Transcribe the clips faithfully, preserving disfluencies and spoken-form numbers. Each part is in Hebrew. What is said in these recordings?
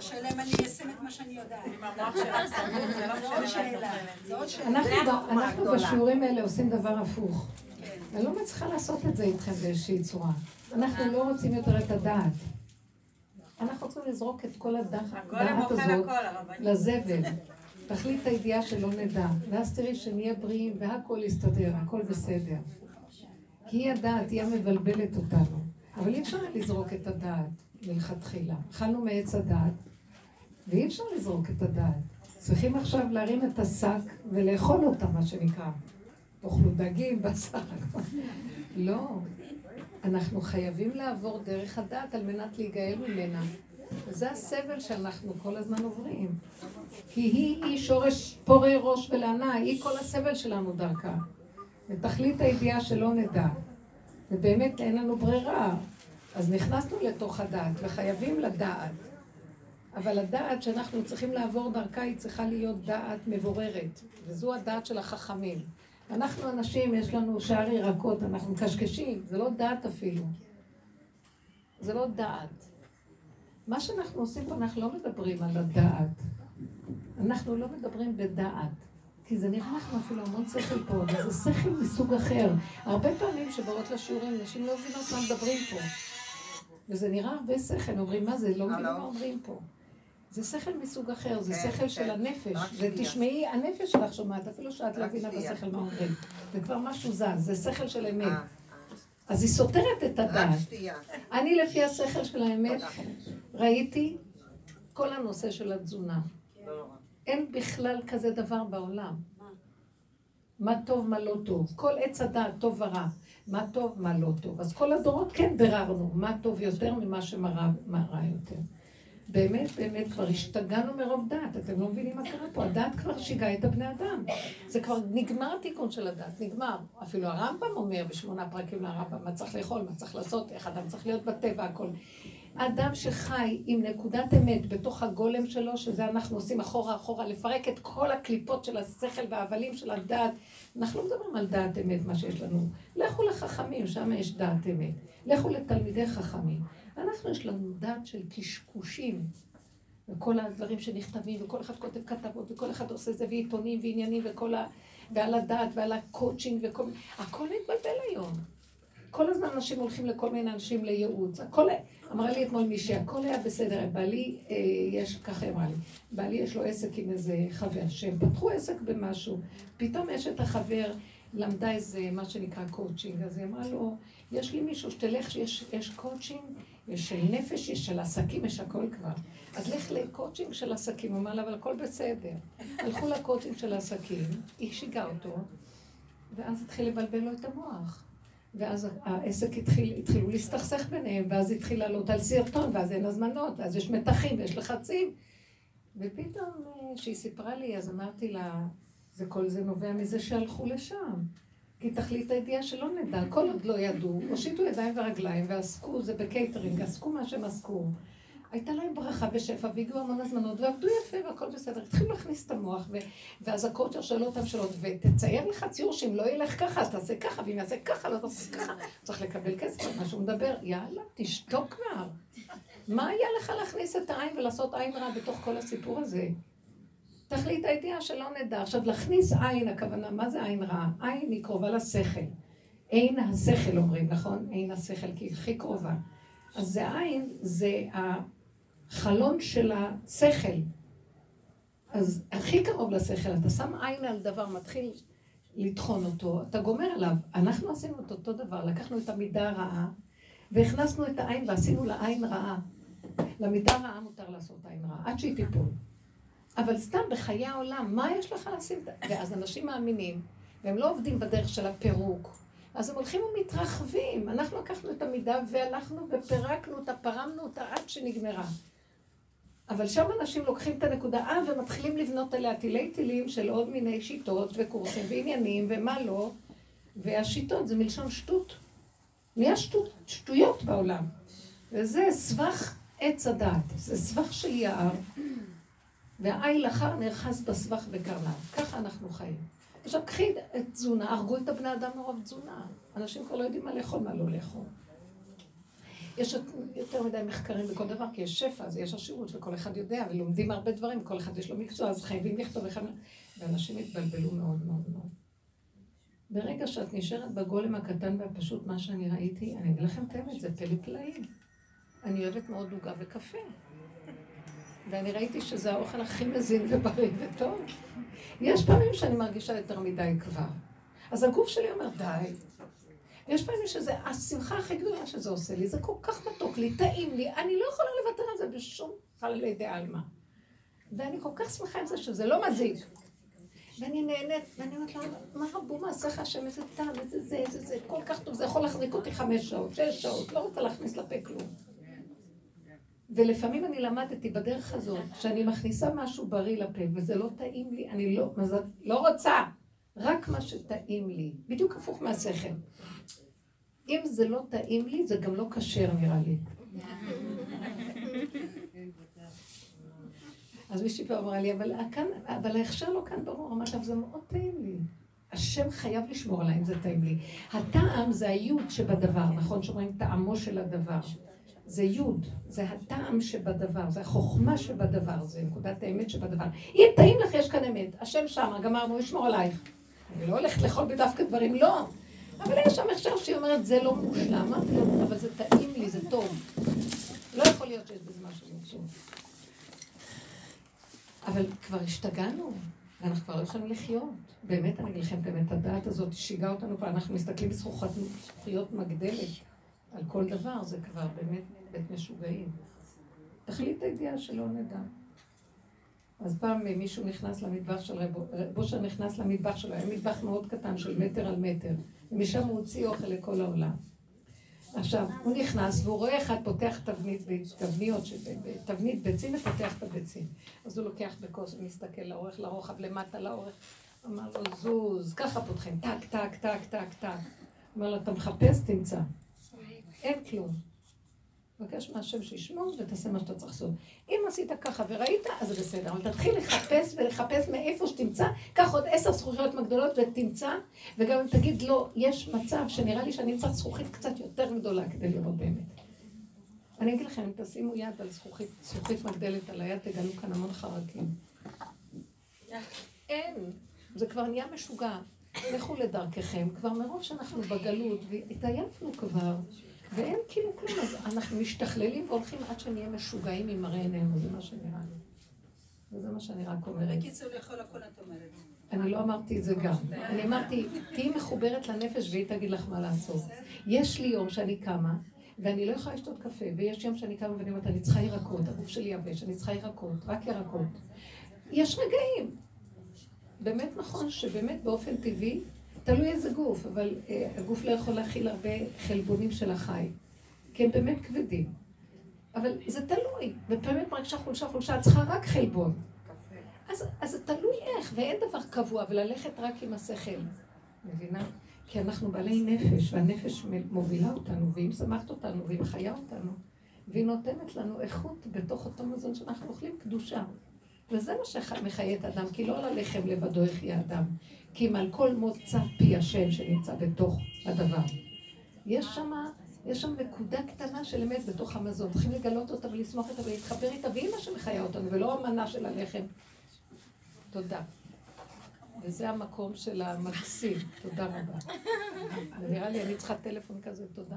השאלה אם אני אשים את מה שאני יודעת. עם המוח שלך סגור, זה לא שאלה. זה עוד שאלה. אנחנו בשיעורים האלה עושים דבר הפוך. אני לא מצליחה לעשות את זה איתכם באיזושהי צורה. אנחנו לא רוצים יותר את הדעת. אנחנו רוצים לזרוק את כל הדעת הזאת לזבל. תחליט הידיעה שלא נדע. ואז תראי שנהיה בריאים והכל יסתדר, הכל בסדר. כי היא הדעת, היא המבלבלת אותנו. אבל אי אפשר לזרוק את הדעת מלכתחילה. אכלנו מעץ הדעת, ואי אפשר לזרוק את הדעת. צריכים עכשיו להרים את השק ולאכול אותה, מה שנקרא. תאכלו דגים, בשר. לא. אנחנו חייבים לעבור דרך הדעת על מנת להיגאל ממנה. וזה הסבל שאנחנו כל הזמן עוברים. כי היא, היא שורש פורי ראש ולענה, היא כל הסבל שלנו דרכה. ותכלית הידיעה שלא נדע. ובאמת אין לנו ברירה. אז נכנסנו לתוך הדעת וחייבים לדעת. אבל הדעת שאנחנו צריכים לעבור דרכה היא צריכה להיות דעת מבוררת. וזו הדעת של החכמים. אנחנו אנשים, יש לנו שער ירקות, אנחנו קשקשים. זה לא דעת אפילו. זה לא דעת. מה שאנחנו עושים פה, אנחנו לא מדברים על הדעת. אנחנו לא מדברים בדעת. כי זה נראה לכם אפילו המון שכל פה, וזה שכל מסוג אחר. הרבה פעמים שבאות לשיעורים, נשים לא מבינות מה מדברים פה. וזה נראה הרבה שכל, אומרים מה זה, לא מבינים מה אומרים פה. זה שכל מסוג אחר, זה שכל של הנפש. ותשמעי, הנפש שלך שומעת, אפילו שאת לא מבינה בשכל מה אומרים. זה כבר משהו זז, זה שכל של אמת. אז היא סותרת את הדעת. אני לפי השכל של האמת ראיתי כל הנושא של התזונה. אין בכלל כזה דבר בעולם. מה טוב, מה לא טוב. כל עץ הדעת, טוב ורע. מה טוב, מה לא טוב. אז כל הדורות כן ביררנו, מה טוב יותר ממה שמרע יותר. באמת, באמת, כבר השתגענו מרוב דעת. אתם לא מבינים מה קרה פה. הדעת כבר שיגעה את הבני אדם. זה כבר נגמר תיקון של הדעת, נגמר. אפילו הרמב"ם אומר בשמונה פרקים לרמב"ם, מה צריך לאכול, מה צריך לעשות, איך אדם צריך להיות בטבע, הכל. אדם שחי עם נקודת אמת בתוך הגולם שלו, שזה אנחנו עושים אחורה אחורה, לפרק את כל הקליפות של השכל והאבלים של הדעת. אנחנו לא מדברים על דעת אמת, מה שיש לנו. לכו לחכמים, שם יש דעת אמת. לכו לתלמידי חכמים. אנחנו יש לנו דעת של קשקושים. וכל הדברים שנכתבים, וכל אחד כותב כתבות, וכל אחד עושה זה, ועיתונים ועניינים, וכל ה... ועל הדעת ועל הקואוצ'ינג וכל... הכל מתבלבל היום. כל הזמן אנשים הולכים לכל מיני אנשים לייעוץ. הכל... אמרה לי אתמול מישהי, הכל היה בסדר. בעלי, אה, יש, ככה אמרה לי, בעלי יש לו עסק עם איזה חבר, שהם פתחו עסק במשהו. פתאום יש את החבר, למדה איזה, מה שנקרא קואוצ'ינג. אז היא אמרה לו, יש לי מישהו שתלך, יש, יש קואוצ'ינג, יש של נפש, יש של עסקים, יש הכל כבר. אז לך לקואוצ'ינג של עסקים, הוא אמר לה, אבל הכל בסדר. הלכו לקואוצ'ינג של עסקים, היא שיגעה אותו, ואז התחיל לבלבל לו את המוח. ואז העסק התחיל, התחילו להסתכסך ביניהם, ואז התחיל לעלות על סרטון, ואז אין הזמנות, ואז יש מתחים ויש לחצים. ופתאום, כשהיא סיפרה לי, אז אמרתי לה, זה כל זה נובע מזה שהלכו לשם. כי תכלית הידיעה שלא נדע, כל עוד לא ידעו, הושיטו ידיים ורגליים ועסקו, זה בקייטרינג, עסקו מה שהם עסקו. הייתה להם ברכה ושפע, והגיעו המון הזמנות, ועבדו יפה והכל בסדר. התחילו להכניס את המוח, ו... ואז הקואוצ'ר שאלו אותם שאלות, ותצייר לך ציור שאם לא ילך ככה, אז תעשה ככה, ואם יעשה ככה, לא תעשה ככה. צריך לקבל כסף, מה שהוא מדבר, יאללה, תשתוק כבר. מה היה לך להכניס את העין ולעשות עין רע בתוך כל הסיפור הזה? תכלית הידיעה שלא נדע. עכשיו, להכניס עין, הכוונה, מה זה עין רע? עין היא קרובה לשכל. עין השכל אומרים, נכון? עין השכל, כי היא הכי קרובה. אז זה עין, זה החלון של השכל. אז הכי קרוב לשכל, אתה שם עין על דבר, מתחיל לטחון אותו, אתה גומר עליו. אנחנו עשינו את אותו דבר, לקחנו את המידה הרעה, והכנסנו את העין ועשינו לעין רעה. למידה רעה מותר לעשות עין רעה, עד שהיא תיפול. אבל סתם בחיי העולם, מה יש לך לשים? ואז אנשים מאמינים, והם לא עובדים בדרך של הפירוק. אז הם הולכים ומתרחבים. אנחנו לקחנו את המידה והלכנו ופירקנו אותה, פרמנו אותה עד שנגמרה. אבל שם אנשים לוקחים את הנקודה אה, ומתחילים לבנות עליה תילי תילים של עוד מיני שיטות וקורסים ועניינים ומה לא. והשיטות זה מלשון שטות. נהיה שטות, שטויות בעולם. וזה סבך עץ הדעת, זה סבך של יער. והעיל אחר נרחס בסבך בקרניו. ככה אנחנו חיים. עכשיו, קחי את תזונה, הרגו את הבני אדם מרוב תזונה. אנשים כבר לא יודעים מה לאכול, מה לא לאכול. יש יותר מדי מחקרים בכל דבר, כי יש שפע, אז יש עשירות, וכל אחד יודע, ולומדים הרבה דברים, כל אחד יש לו מקצוע, אז חייבים לכתוב אחד, ואנשים התבלבלו מאוד מאוד מאוד. ברגע שאת נשארת בגולם הקטן והפשוט, מה שאני ראיתי, אני אגיד לכם את האמת, זה פלא פלאים. אני אוהבת מאוד עוגה וקפה. ואני ראיתי שזה האוכל הכי מזין ובריא וטוב. יש פעמים שאני מרגישה יותר מדי כבר. אז הגוף שלי אומר, די. יש פעמים שזה השמחה הכי גדולה שזה עושה לי. זה כל כך מתוק לי, טעים לי. אני לא יכולה לוותר על זה בשום חללי דעלמא. ואני כל כך שמחה עם זה שזה לא מזיק. ואני נהנית, ואני אומרת לו, מה רבו מעשיך השם, איזה טעם, איזה זה, איזה זה, כל כך טוב, זה יכול להחזיק אותי חמש שעות, שש שעות, לא רוצה להכניס לפה כלום. ולפעמים אני למדתי בדרך הזאת, שאני מכניסה משהו בריא לפה, וזה לא טעים לי, אני לא, מזל, לא רוצה, רק מה שטעים לי, בדיוק הפוך מהשכל. אם זה לא טעים לי, זה גם לא כשר נראה לי. אז מישהי פה אמרה לי, אבל, כאן, אבל ההכשר לא כאן ברור, אמרת, זה מאוד טעים לי. השם חייב לשמור עליי אם זה טעים לי. הטעם זה היוד שבדבר, נכון? שאומרים טעמו של הדבר. זה יוד, זה הטעם שבדבר, זה החוכמה שבדבר, זה נקודת האמת שבדבר. אם טעים לך, יש כאן אמת. השם שם, גמרנו, ישמור עלייך. אני לא הולכת לאכול בדווקא דברים, לא. אבל יש שם הכשר שהיא אומרת, זה לא מושלם, אבל זה טעים לי, זה טוב. לא יכול להיות שיש בזה משהו טוב. אבל כבר השתגענו, ואנחנו כבר לא יכולים לחיות. באמת, אני אגיד לכם, באמת, הדעת הזאת שיגעה אותנו, ואנחנו מסתכלים בזכוכיות מגדלת על כל דבר, זה כבר באמת בית משוגעים. תחליט הידיעה שלא נדע. אז פעם מישהו נכנס למטבח של רבו, בושר נכנס למטבח שלו, היה מטבח מאוד קטן של מטר על מטר, ומשם הוא הוציא אוכל לכל העולם. עכשיו, הוא נכנס והוא רואה אחד פותח תבנית, תבניות, תבנית ביצים ופותח את הביצים. אז הוא לוקח בכוס ומסתכל לאורך, לרוחב, למטה, לאורך. אמר לו, זוז, ככה פותחים, טק, טק, טק, טק, טק. אמר לו, אתה מחפש, תמצא. אין כלום. מבקש מהשם שישמור ותעשה מה שאתה צריך לעשות. אם עשית ככה וראית, אז זה בסדר. אבל תתחיל לחפש ולחפש מאיפה שתמצא, קח עוד עשר זכוכיות מגדולות ותמצא, וגם אם תגיד לו, יש מצב שנראה לי שאני צריך זכוכית קצת יותר גדולה כדי לראות באמת. אני אגיד לכם, אם תשימו יד על זכוכית, זכוכית מגדלת על היד, תגלו כאן המון חרקים. אין, זה כבר נהיה משוגע. לכו לדרככם, כבר מרוב שאנחנו בגלות, והתעייפנו כבר. ואין כאילו כלום, אז אנחנו משתכללים והולכים עד שנהיה משוגעים עם מראה עינינו, זה מה שנראה לי. וזה מה שאני רק אומרת. בקיצור, לכל הכל את אומרת. אני לא אמרתי את זה גם. אני אמרתי, תהי מחוברת לנפש והיא תגיד לך מה לעשות. יש לי יום שאני קמה, ואני לא יכולה לשתות קפה, ויש יום שאני קמה ואני אומרת, אני צריכה ירקות, הגוף שלי יבש, אני צריכה ירקות, רק ירקות. יש רגעים. באמת נכון שבאמת באופן טבעי, תלוי איזה גוף, אבל uh, הגוף לא יכול להכיל הרבה חלבונים של החי, כי הם באמת כבדים. אבל זה תלוי, ופעמים מרגישה חולשה חולשה, את צריכה רק חלבון. אז, אז זה תלוי איך, ואין דבר קבוע, וללכת רק עם השכל. מבינה? כי אנחנו בעלי נפש, והנפש מובילה אותנו, והיא משמחת אותנו, והיא מחיה אותנו, והיא נותנת לנו איכות בתוך אותו מזון שאנחנו אוכלים קדושה. וזה מה שמחיה את האדם, כי לא על הלחם לבדו יחיה אדם, כי אם על כל מוצא פי השם שנמצא בתוך הדבר. יש שם, יש שם נקודה קטנה של אמת בתוך המזון, צריכים לגלות אותה ולסמוך אותה ולהתחבר איתה, והיא מה שמחיה אותנו, ולא המנה של הלחם. תודה. וזה המקום של המקסים, תודה רבה. נראה לי, אני צריכה טלפון כזה, תודה.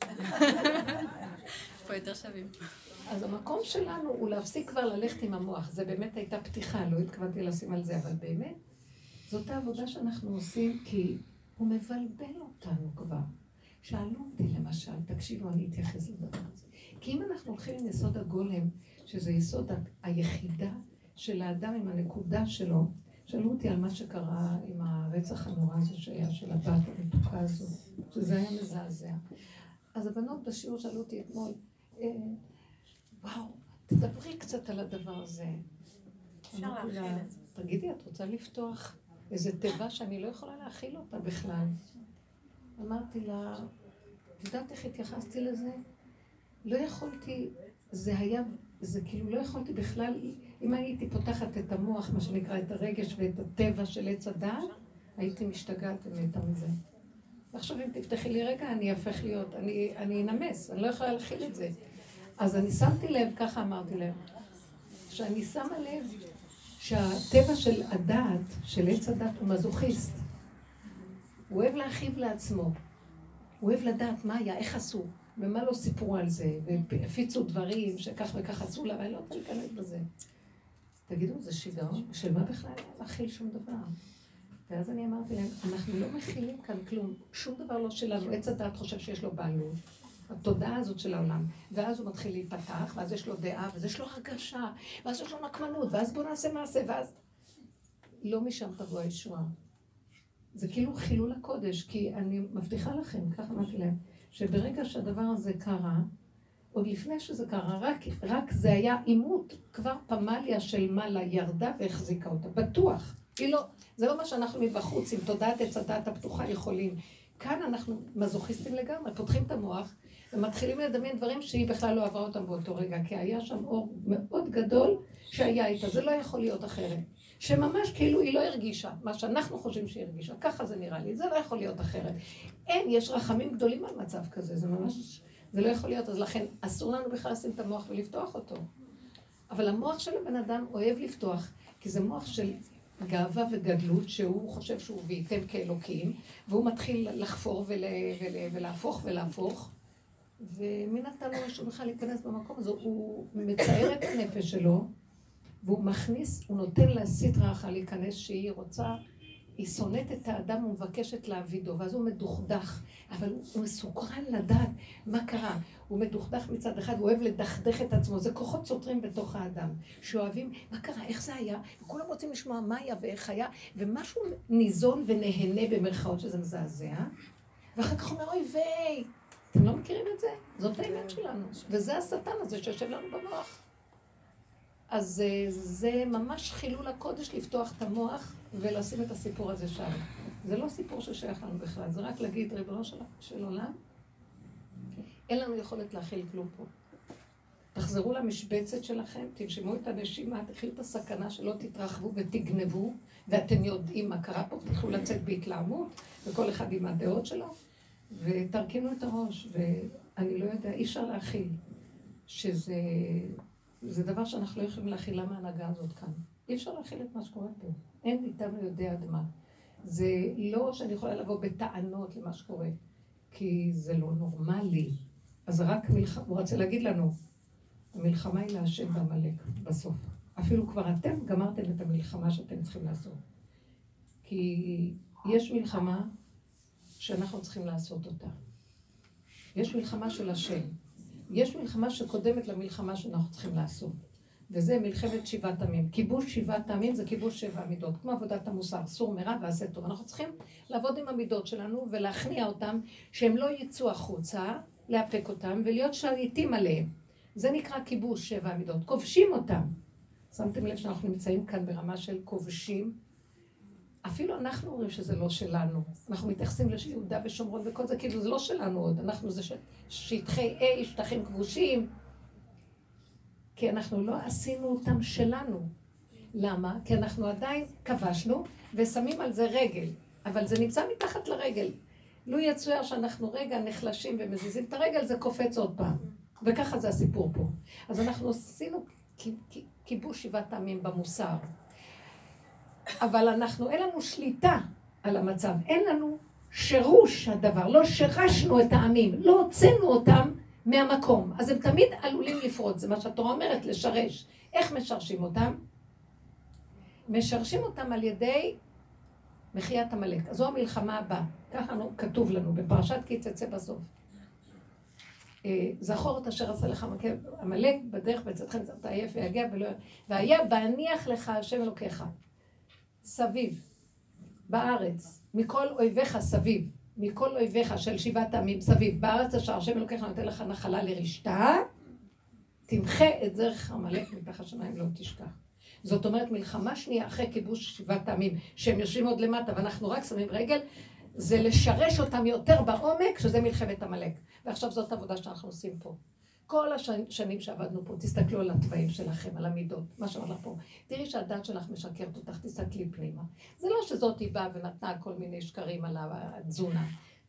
פה יותר שווים. אז המקום שלנו הוא להפסיק כבר ללכת עם המוח. זה באמת הייתה פתיחה, לא התכוונתי לשים על זה, אבל באמת, זאת העבודה שאנחנו עושים, כי הוא מבלבל אותנו כבר. שאלו אותי למשל, תקשיבו, אני אתייחס לדבר הזה. כי אם אנחנו הולכים עם יסוד הגולם, שזה יסוד היחידה של האדם עם הנקודה שלו, שאלו אותי על מה שקרה עם הרצח הנורא הזה שהיה של הבת המתוקה הזו, שזה היה מזעזע. אז הבנות בשיעור שאלו אותי אתמול, וואו, תדברי קצת על הדבר הזה. אפשר להכיל את זה. תגידי, את רוצה לפתוח איזו טבע שאני לא יכולה להכיל אותה בכלל? אמרתי לה, יודעת איך התייחסתי לזה? לא יכולתי, זה היה, זה כאילו לא יכולתי בכלל, אם הייתי פותחת את המוח, מה שנקרא, את הרגש ואת הטבע של עץ הדעת, הייתי משתגעת ומתה מזה. עכשיו אם תפתחי לי רגע, אני אפך להיות, אני, אני אנמס, אני לא יכולה להכיל את זה. אז אני שמתי לב, ככה אמרתי להם, שאני שמה לב שהטבע של הדעת, של עץ הדעת, הוא מזוכיסט. הוא אוהב להכאיב לעצמו. הוא אוהב לדעת מה היה, איך עשו, ומה לא סיפרו על זה, והפיצו דברים שכך וכך עשו לה, ואני לא רוצה להיכנס בזה. תגידו, זה שיגעון? של מה בכלל להכיל שום דבר? ואז אני אמרתי להם, אנחנו לא מכילים כאן כלום, שום דבר לא שלנו, עץ הדעת חושב שיש לו בעלות, התודעה הזאת של העולם, ואז הוא מתחיל להיפתח, ואז יש לו דעה, ואז יש לו הרגשה, ואז יש לו נקמנות, ואז בוא נעשה מעשה, ואז... לא משם תבוא הישועה. זה כאילו חילול הקודש, כי אני מבטיחה לכם, ככה אמרתי להם, שברגע שהדבר הזה קרה, עוד לפני שזה קרה, רק, רק זה היה עימות, כבר פמליה של מעלה ירדה והחזיקה אותה, בטוח. היא לא, זה לא מה שאנחנו מבחוץ, עם תודעת עץ הדעת הפתוחה יכולים. כאן אנחנו מזוכיסטים לגמרי, פותחים את המוח, ומתחילים לדמיין דברים שהיא בכלל לא עברה אותם באותו רגע, כי היה שם אור מאוד גדול שהיה איתה, זה לא יכול להיות אחרת. שממש כאילו היא לא הרגישה, מה שאנחנו חושבים שהיא הרגישה, ככה זה נראה לי, זה לא יכול להיות אחרת. אין, יש רחמים גדולים על מצב כזה, זה ממש, זה לא יכול להיות, אז לכן אסור לנו בכלל לשים את המוח ולפתוח אותו. אבל המוח של הבן אדם אוהב לפתוח, כי זה מוח של גאווה וגדלות, שהוא חושב שהוא וייתם כאלוקים, והוא מתחיל לחפור ול, ול, ולהפוך ולהפוך, ומן נתן לו שהוא בכלל להיכנס במקום הזה, הוא מצייר את הנפש שלו, והוא מכניס, הוא נותן לסטרא אחת להיכנס שהיא רוצה, היא שונאת את האדם ומבקשת להעבידו, ואז הוא מדוכדך, אבל הוא מסוקרן לדעת מה קרה. הוא מדוכדך מצד אחד, הוא אוהב לדכדך את עצמו, זה כוחות סותרים בתוך האדם, שאוהבים, מה קרה, איך זה היה, וכולם רוצים לשמוע מה היה ואיך היה, ומשהו ניזון ונהנה במרכאות שזה מזעזע, ואחר כך אומר, אוי ויי, אתם לא מכירים את זה? זאת האמת שלנו, וזה השטן הזה שיושב לנו במוח. אז זה ממש חילול הקודש לפתוח את המוח ולשים את הסיפור הזה שם. זה לא סיפור ששייך לנו בכלל, זה רק להגיד ריבונו של, של עולם. אין לנו יכולת להכיל כלום פה. תחזרו למשבצת שלכם, תנשמו את הנשימה, תכילו את הסכנה שלא תתרחבו ותגנבו, ואתם יודעים מה קרה פה, תתחילו לצאת בהתלהמות, וכל אחד עם הדעות שלו, ותרכינו את הראש, ואני לא יודע, אי אפשר להכיל, שזה... זה דבר שאנחנו לא יכולים להכיל. למה ההנהגה הזאת כאן? אי אפשר להכיל את מה שקורה פה. אין איתנו יודע עד מה. זה לא שאני יכולה לבוא בטענות למה שקורה, כי זה לא נורמלי. אז רק מלחמה, הוא רוצה להגיד לנו, המלחמה היא להשם בעמלק בסוף. אפילו כבר אתם גמרתם את המלחמה שאתם צריכים לעשות. כי יש מלחמה שאנחנו צריכים לעשות אותה. יש מלחמה של השם. יש מלחמה שקודמת למלחמה שאנחנו צריכים לעשות. וזה מלחמת שבעת עמים. כיבוש שבעת עמים זה כיבוש שבע מידות. כמו עבודת המוסר, סור מרע ועשה טוב. אנחנו צריכים לעבוד עם המידות שלנו ולהכניע אותם, שהם לא יצאו החוצה, להפק אותם ולהיות שליטים עליהם. זה נקרא כיבוש שבע המידות. כובשים אותם. שמתם לב שאנחנו נמצאים כאן ברמה של כובשים. אפילו אנחנו אומרים שזה לא שלנו. אנחנו מתייחסים ליהודה ושומרון וכל זה, כאילו זה לא שלנו עוד. אנחנו זה ש... שטחי A, שטחים כבושים. כי אנחנו לא עשינו אותם שלנו. למה? כי אנחנו עדיין כבשנו ושמים על זה רגל. אבל זה נמצא מתחת לרגל. לו יצויר שאנחנו רגע נחלשים ומזיזים את הרגל, זה קופץ עוד פעם. וככה זה הסיפור פה. אז אנחנו עשינו כיבוש שבעת העמים במוסר. אבל אנחנו, אין לנו שליטה על המצב, אין לנו שירוש הדבר, לא שירשנו את העמים, לא הוצאנו אותם מהמקום, אז הם תמיד עלולים לפרוץ, זה מה שהתורה אומרת, לשרש. איך משרשים אותם? משרשים אותם על ידי מחיית עמלק. אז זו המלחמה הבאה, ככה כתוב לנו בפרשת כי תצא בסוף. זכור את אשר עשה לך עמלק בדרך בצאתכם אתה עייף ויגע ולא... והיה בהניח לך השם אלוקיך. סביב, בארץ, מכל אויביך סביב, מכל אויביך של שבעת עמים סביב, בארץ אשר השם אלוקיך נותן לך נחלה לרשתה, תמחה את זרח עמלק מתחת השמיים לא תשכח. זאת אומרת מלחמה שנייה אחרי כיבוש שבעת עמים, שהם יושבים עוד למטה ואנחנו רק שמים רגל, זה לשרש אותם יותר בעומק, שזה מלחמת עמלק. ועכשיו זאת עבודה שאנחנו עושים פה. כל השנים שעבדנו פה, תסתכלו על הטבעים שלכם, על המידות, מה שאומר לך פה. תראי שהדת שלך משקרת אותך, תסתכלי פנימה. זה לא שזאת היא באה ונתנה כל מיני שקרים על התזונה.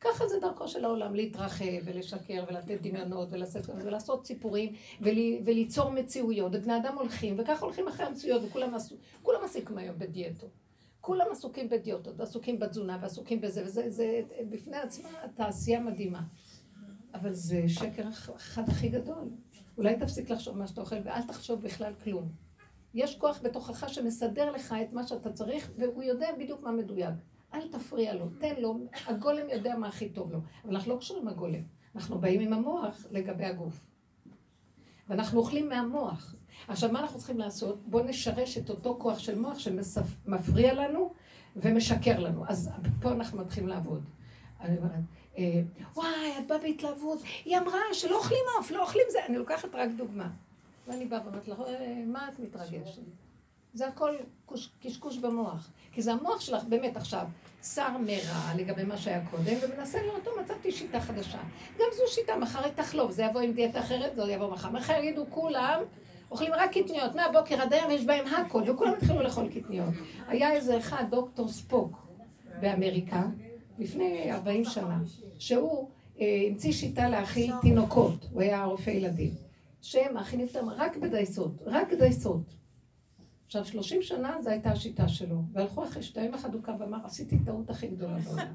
ככה זה דרכו של העולם, להתרחב ולשקר ולתת דמיונות ולעשות, ולעשות סיפורים וליצור מציאויות. ובני אדם הולכים, וככה הולכים אחרי המציאויות, וכולם עסוקים היום בדיאטות. כולם עסוקים בדיאטות, ועסוקים בתזונה, ועסוקים בזה, וזה זה, בפני עצמה תעשייה מדהימה. אבל זה שקר אחד הכי גדול. אולי תפסיק לחשוב מה שאתה אוכל, ואל תחשוב בכלל כלום. יש כוח בתוכך שמסדר לך את מה שאתה צריך, והוא יודע בדיוק מה מדויק. אל תפריע לו, תן לו, הגולם יודע מה הכי טוב לו. אבל אנחנו לא קשורים הגולם, אנחנו באים עם המוח לגבי הגוף. ואנחנו אוכלים מהמוח. עכשיו, מה אנחנו צריכים לעשות? בואו נשרש את אותו כוח של מוח שמפריע לנו ומשקר לנו. אז פה אנחנו מתחילים לעבוד. אני אומרת, וואי, את באה בהתלהבות, היא אמרה שלא אוכלים עוף, לא אוכלים זה. אני לוקחת רק דוגמה. ואני באה ואומרת לך, מה את מתרגשת? זה הכל קשקוש במוח. כי זה המוח שלך באמת עכשיו, שר מרע לגבי מה שהיה קודם, ומנסה לאותו מצאתי שיטה חדשה. גם זו שיטה, מחר היא תחלוב, זה יבוא עם דיאטה אחרת, זה יבוא מחר. מחר יגידו כולם, אוכלים רק קטניות, מהבוקר עד היום יש בהם הכל, וכולם התחילו לאכול קטניות. היה איזה אחד, דוקטור ספוק, באמריקה, לפני ארבעים שנה, שהוא אה, המציא שיטה להאכיל תינוקות, הוא היה רופא ילדים, שהם מאכילים אותם רק בדייסות, רק דייסות. עכשיו, שלושים שנה זו הייתה השיטה שלו, והלכו אחרי שתיים אחד הוא קם ואמר, עשיתי טעות הכי גדולה בעולם.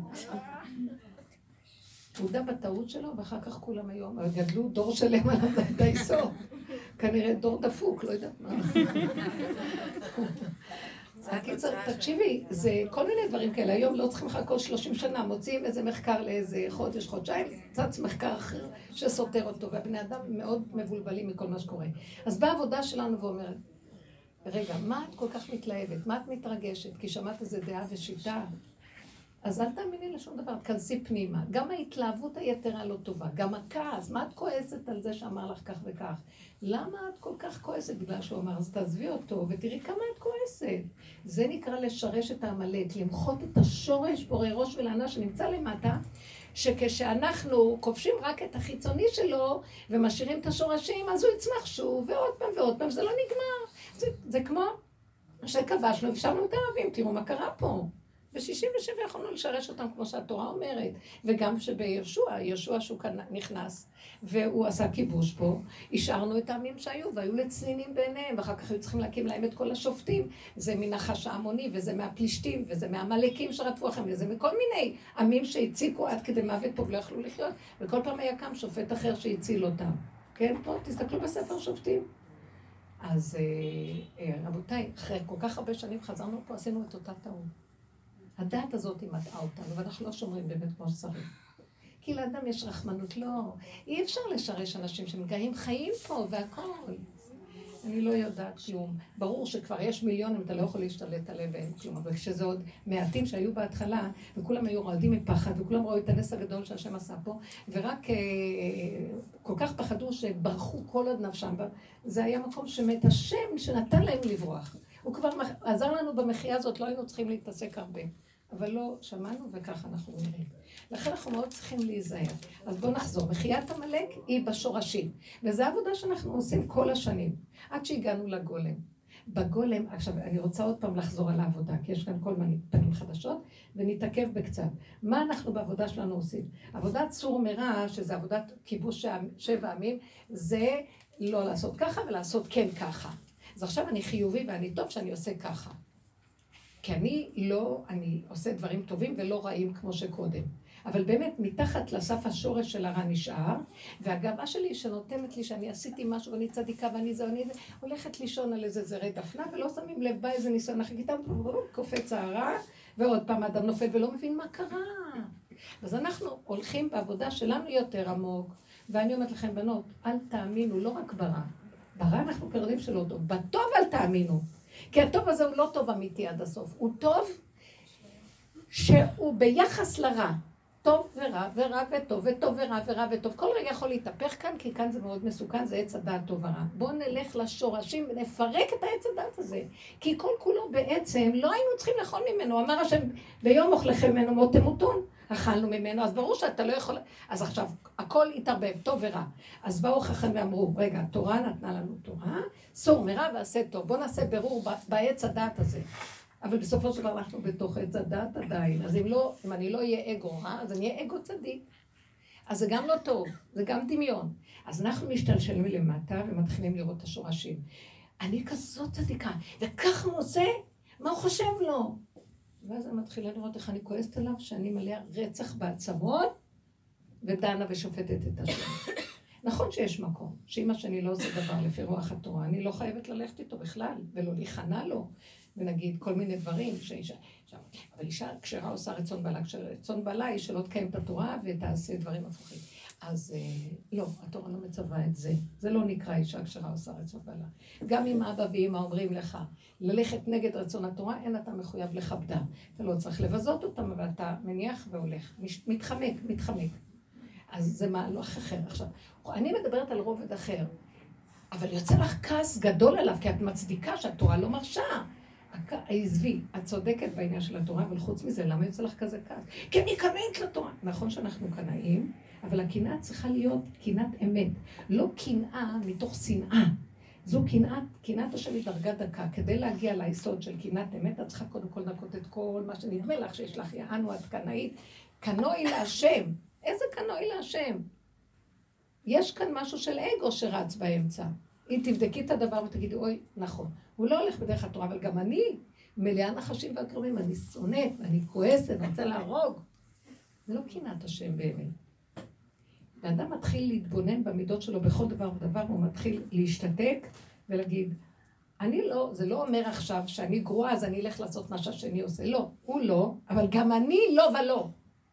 הוא הודע בטעות שלו, ואחר כך כולם היום, גדלו דור שלם על הדייסות. כנראה דור דפוק, לא יודעת מה. הקיצור, תקשיבי, זה כל מיני דברים כאלה. היום לא צריכים לך כל שלושים שנה, מוציאים איזה מחקר לאיזה חודש, חודשיים, צץ מחקר אחר שסותר אותו, והבני אדם מאוד מבולבלים מכל מה שקורה. אז באה העבודה שלנו ואומרת, רגע, מה את כל כך מתלהבת? מה את מתרגשת? כי שמעת איזה דעה ושיטה. אז אל תאמיני לשום דבר, תכנסי פנימה. גם ההתלהבות היתרה לא טובה, גם הכעס. מה את כועסת על זה שאמר לך כך וכך? למה את כל כך כועסת בגלל שהוא אמר? אז תעזבי אותו ותראי כמה את כועסת. זה נקרא לשרש את העמלק, למחות את השורש, בורא ראש ולענה שנמצא למטה, שכשאנחנו כובשים רק את החיצוני שלו ומשאירים את השורשים, אז הוא יצמח שוב ועוד פעם ועוד פעם, זה לא נגמר. זה, זה כמו שכבשנו, אפשרנו את הערבים, תראו מה קרה פה. ב-שישים ושבע יכולנו לשרש אותם כמו שהתורה אומרת, וגם שבישוע, ישוע שהוא נכנס, והוא עשה כיבוש פה, השארנו את העמים שהיו, והיו לצנינים ביניהם, ואחר כך היו צריכים להקים להם את כל השופטים, זה מנחש העמוני, וזה מהפלישתים, וזה מהמלאקים שרדפו אחרים, וזה מכל מיני עמים שהציקו עד כדי מוות פה ולא יכלו לחיות, וכל פעם היה קם שופט אחר שהציל אותם. כן, פה, תסתכלו בספר שופטים. אז רבותיי, אחרי כל כך הרבה שנים חזרנו פה, עשינו את אותה טעות. הדעת הזאת היא מטעה אותנו, ואנחנו לא שומרים באמת כמו שצריך. כי לאדם יש רחמנות, לא. אי אפשר לשרש אנשים שמגעים חיים פה והכל. אני לא יודעת כלום. ברור שכבר יש מיליונים, אתה לא יכול להשתלט עליהם ואין כלום. אבל כשזה עוד מעטים שהיו בהתחלה, וכולם היו רועדים מפחד, וכולם ראו את הנס הגדול שהשם עשה פה, ורק אה, כל כך פחדו שברחו כל עוד נפשם. זה היה מקום שמת השם שנתן להם לברוח. הוא כבר עזר לנו במחיה הזאת, לא היינו צריכים להתעסק הרבה. אבל לא שמענו וככה אנחנו נראים. לכן אנחנו מאוד צריכים להיזהר. אז בואו נחזור. מחיית המלאק היא בשורשים. וזו העבודה שאנחנו עושים כל השנים. עד שהגענו לגולם. בגולם, עכשיו אני רוצה עוד פעם לחזור על העבודה, כי יש כאן כל מיני פנים חדשות, ונתעכב בקצת. מה אנחנו בעבודה שלנו עושים? עבודת סור מרע, שזה עבודת כיבוש שבע עמים, זה לא לעשות ככה ולעשות כן ככה. אז עכשיו אני חיובי ואני טוב שאני עושה ככה. כי אני לא, אני עושה דברים טובים ולא רעים כמו שקודם. אבל באמת, מתחת לסף השורש של הרע נשאר, והגאווה שלי שנותנת לי שאני עשיתי משהו ואני צדיקה ואני זה, ואני זה, הולכת לישון על איזה זרי דפנה, ולא שמים לב בה איזה ניסיון אחר, איתם קופץ הרע, ועוד פעם אדם נופל ולא מבין מה קרה. אז אנחנו הולכים בעבודה שלנו יותר עמוק, ואני אומרת לכם, בנות, אל תאמינו, לא רק ברע. ברע אנחנו קרדים שלא טוב, בטוב אל תאמינו. כי הטוב הזה הוא לא טוב אמיתי עד הסוף, הוא טוב שהוא ביחס לרע. טוב ורע ורע וטוב וטוב ורע ורע וטוב. כל רגע יכול להתהפך כאן, כי כאן זה מאוד מסוכן, זה עץ הדעת טוב ורע. בואו נלך לשורשים ונפרק את העץ הדעת הזה. כי כל כולו בעצם לא היינו צריכים לאכול ממנו. אמר השם, ביום אוכלכם ממנו מות תמותון. אכלנו ממנו, אז ברור שאתה לא יכול... אז עכשיו, הכל התערבב, טוב ורע. אז באו חכם ואמרו, רגע, התורה נתנה לנו תורה, סור מרע ועשה טוב. בואו נעשה ברור בעץ הדעת הזה. אבל בסופו של דבר אנחנו בתוך עץ הדת עדיין. אז אם לא, אם אני לא אהיה אגו רע, אז אני אהיה אגו צדיק. אז זה גם לא טוב, זה גם דמיון. אז אנחנו משתלשלים מלמטה ומתחילים לראות את השורשים. אני כזאת צדיקה, וככה הוא עושה, מה הוא חושב לו? ואז אני מתחילה לראות איך אני כועסת עליו, שאני מלאה רצח בעצמות, ודנה ושופטת את השם. נכון שיש מקום, שאם השני לא עושה דבר לפי רוח התורה, אני לא חייבת ללכת איתו בכלל, ולא להיכנע לו, ונגיד כל מיני דברים שאישה, אבל אישה כשרה עושה רצון בעלה, כשרצון בעלה היא שלא תקיים את התורה ותעשה דברים הפוכים. אז לא, התורה לא מצווה את זה, זה לא נקרא אישה כשרה עושה רצון בעלה. גם אם אבא ואמא אומרים לך, ללכת נגד רצון התורה, אין אתה מחויב לכבדה. אתה לא צריך לבזות אותם, אבל אתה מניח והולך, מתחמק, מתחמק. אז זה מהלך אחר. עכשיו, אני מדברת על רובד אחר, אבל יוצא לך כעס גדול עליו, כי את מצדיקה שהתורה לא מרשה. עזבי, את צודקת בעניין של התורה, אבל חוץ מזה, למה יוצא לך כזה כעס? כי אני קנאית לתורה. נכון שאנחנו קנאים, אבל הקנאה צריכה להיות קנאת אמת. לא קנאה מתוך שנאה. זו קנאת, קנאת השם היא דרגה דקה. כדי להגיע ליסוד של קנאת אמת, את צריכה קודם כל לנקות את כל מה שנדמה לך, שיש לך יענו, את קנאית. קנאי להשם. איזה קנאי להשם? יש כאן משהו של אגו שרץ באמצע. אם תבדקי את הדבר ותגידי, אוי, נכון. הוא לא הולך בדרך התורה, אבל גם אני, מלאה נחשים והקרבים, אני שונאת, אני כועסת, אני רוצה להרוג. זה לא קנאת השם באמת. האדם מתחיל להתבונן במידות שלו בכל דבר ודבר, הוא מתחיל להשתתק ולהגיד, אני לא, זה לא אומר עכשיו שאני גרועה, אז אני אלך לעשות מה שהשני עושה. לא, הוא לא, אבל גם אני לא ולא.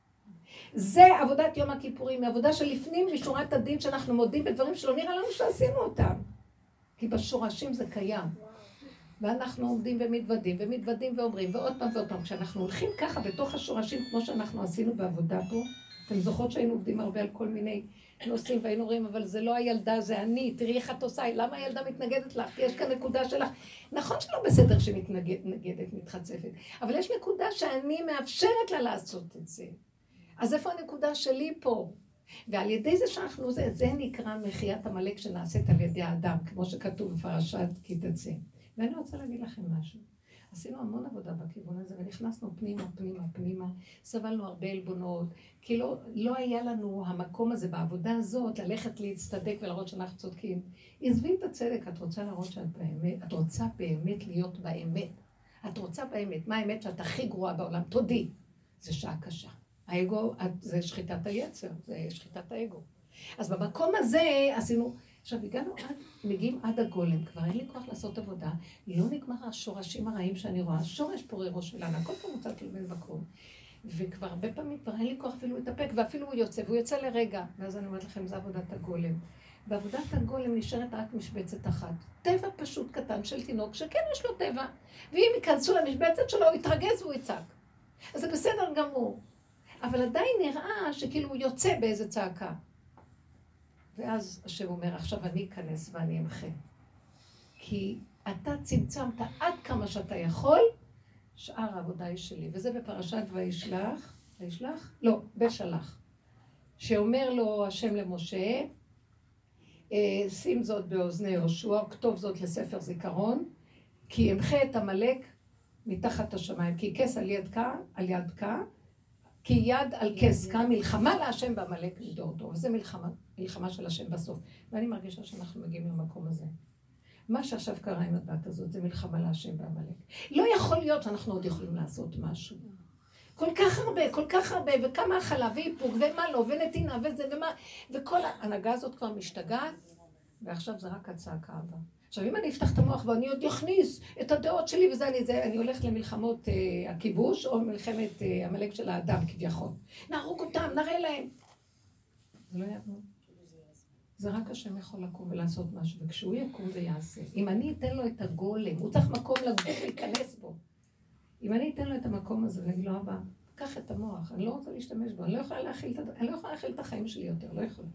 זה עבודת יום הכיפורים, עבודה שלפנים משורת הדין שאנחנו מודים בדברים שלא נראה לנו שעשינו אותם. כי בשורשים זה קיים. ואנחנו עומדים ומתוודים ומתוודים ואומרים, ועוד פעם ועוד פעם. כשאנחנו הולכים ככה בתוך השורשים, כמו שאנחנו עשינו בעבודה פה, אתם זוכרות שהיינו עובדים הרבה על כל מיני נושאים, והיינו אומרים, אבל זה לא הילדה, זה אני, תראי איך את עושה, למה הילדה מתנגדת לך? יש כאן נקודה שלך. נכון שלא בסדר שמתנגדת, מתחצפת, אבל יש נקודה שאני מאפשרת לה לעשות את זה. אז איפה הנקודה שלי פה? ועל ידי זה שאנחנו, זה, זה נקרא מחיית עמלק שנעשית על ידי האדם, כמו שכתוב בפרשת כי תצא. ואני רוצה להגיד לכם משהו. עשינו המון עבודה בכיוון הזה, ונכנסנו פנימה, פנימה, פנימה, סבלנו הרבה אלבונות, כי לא, לא היה לנו המקום הזה בעבודה הזאת, ללכת להצטדק ולראות שאנחנו צודקים. עזבי את הצדק, את רוצה להראות שאת באמת, את רוצה באמת להיות באמת. את רוצה באמת, מה האמת שאת הכי גרועה בעולם? תודי. זה שעה קשה. האגו, זה שחיטת היצר, זה שחיטת האגו. אז במקום הזה עשינו, עכשיו הגענו עד, מגיעים עד הגולם, כבר אין לי כוח לעשות עבודה, לא נגמר השורשים הרעים שאני רואה, שורש פורי ראש שלנו, כל פעם רוצה תלמד בקרום. וכבר הרבה פעמים כבר אין לי כוח אפילו להתאפק, ואפילו הוא יוצא, והוא יוצא לרגע, ואז אני אומרת לכם, זה עבודת הגולם. בעבודת הגולם נשארת רק משבצת אחת, טבע פשוט קטן של תינוק, שכן יש לו טבע, ואם ייכנסו למשבצת שלו, הוא יתרגז והוא יצעק. אז זה בסדר גמור. אבל עדיין נראה שכאילו הוא יוצא באיזה צעקה. ואז השם אומר, עכשיו אני אכנס ואני אמחה. כי אתה צמצמת עד כמה שאתה יכול, שאר העבודה היא שלי. וזה בפרשת וישלח, וישלח? לא, בשלח. שאומר לו השם למשה, שים זאת באוזני יהושע, כתוב זאת לספר זיכרון, כי אמחה את עמלק מתחת השמיים, כי כס על ידך, על ידך, כי יד על כס, כאן מלחמה להשם בעמלק לדורתו, וזה מלחמה, מלחמה של השם בסוף. ואני מרגישה שאנחנו מגיעים למקום הזה. מה שעכשיו קרה עם הדת הזאת, זה מלחמה להשם בעמלק. לא יכול להיות שאנחנו עוד יכולים לעשות משהו. כל כך הרבה, כל כך הרבה, וכמה הכלה ואיפוק, ומה לא, ונתינה, וזה, ומה, וכל ההנהגה הזאת כבר משתגעת, ועכשיו זה רק הצעקה הבאה. עכשיו, אם אני אפתח את המוח ואני עוד יכניס את הדעות שלי, וזה אני, זה, אני הולך למלחמות אה, הכיבוש, או מלחמת אה, המלך של האדם כביכול. נהרוג אותם, נראה להם. זה לא יעבור. זה רק השם יכול לקום ולעשות משהו, וכשהוא יקום ויעשה. אם אני אתן לו את הגולם, הוא צריך מקום לגוף להיכנס בו. אם אני אתן לו את המקום הזה, ואני לא אבא, קח את המוח, אני לא רוצה להשתמש בו, אני לא יכולה להכיל את, אני לא יכולה להכיל את החיים שלי יותר, לא יכולה.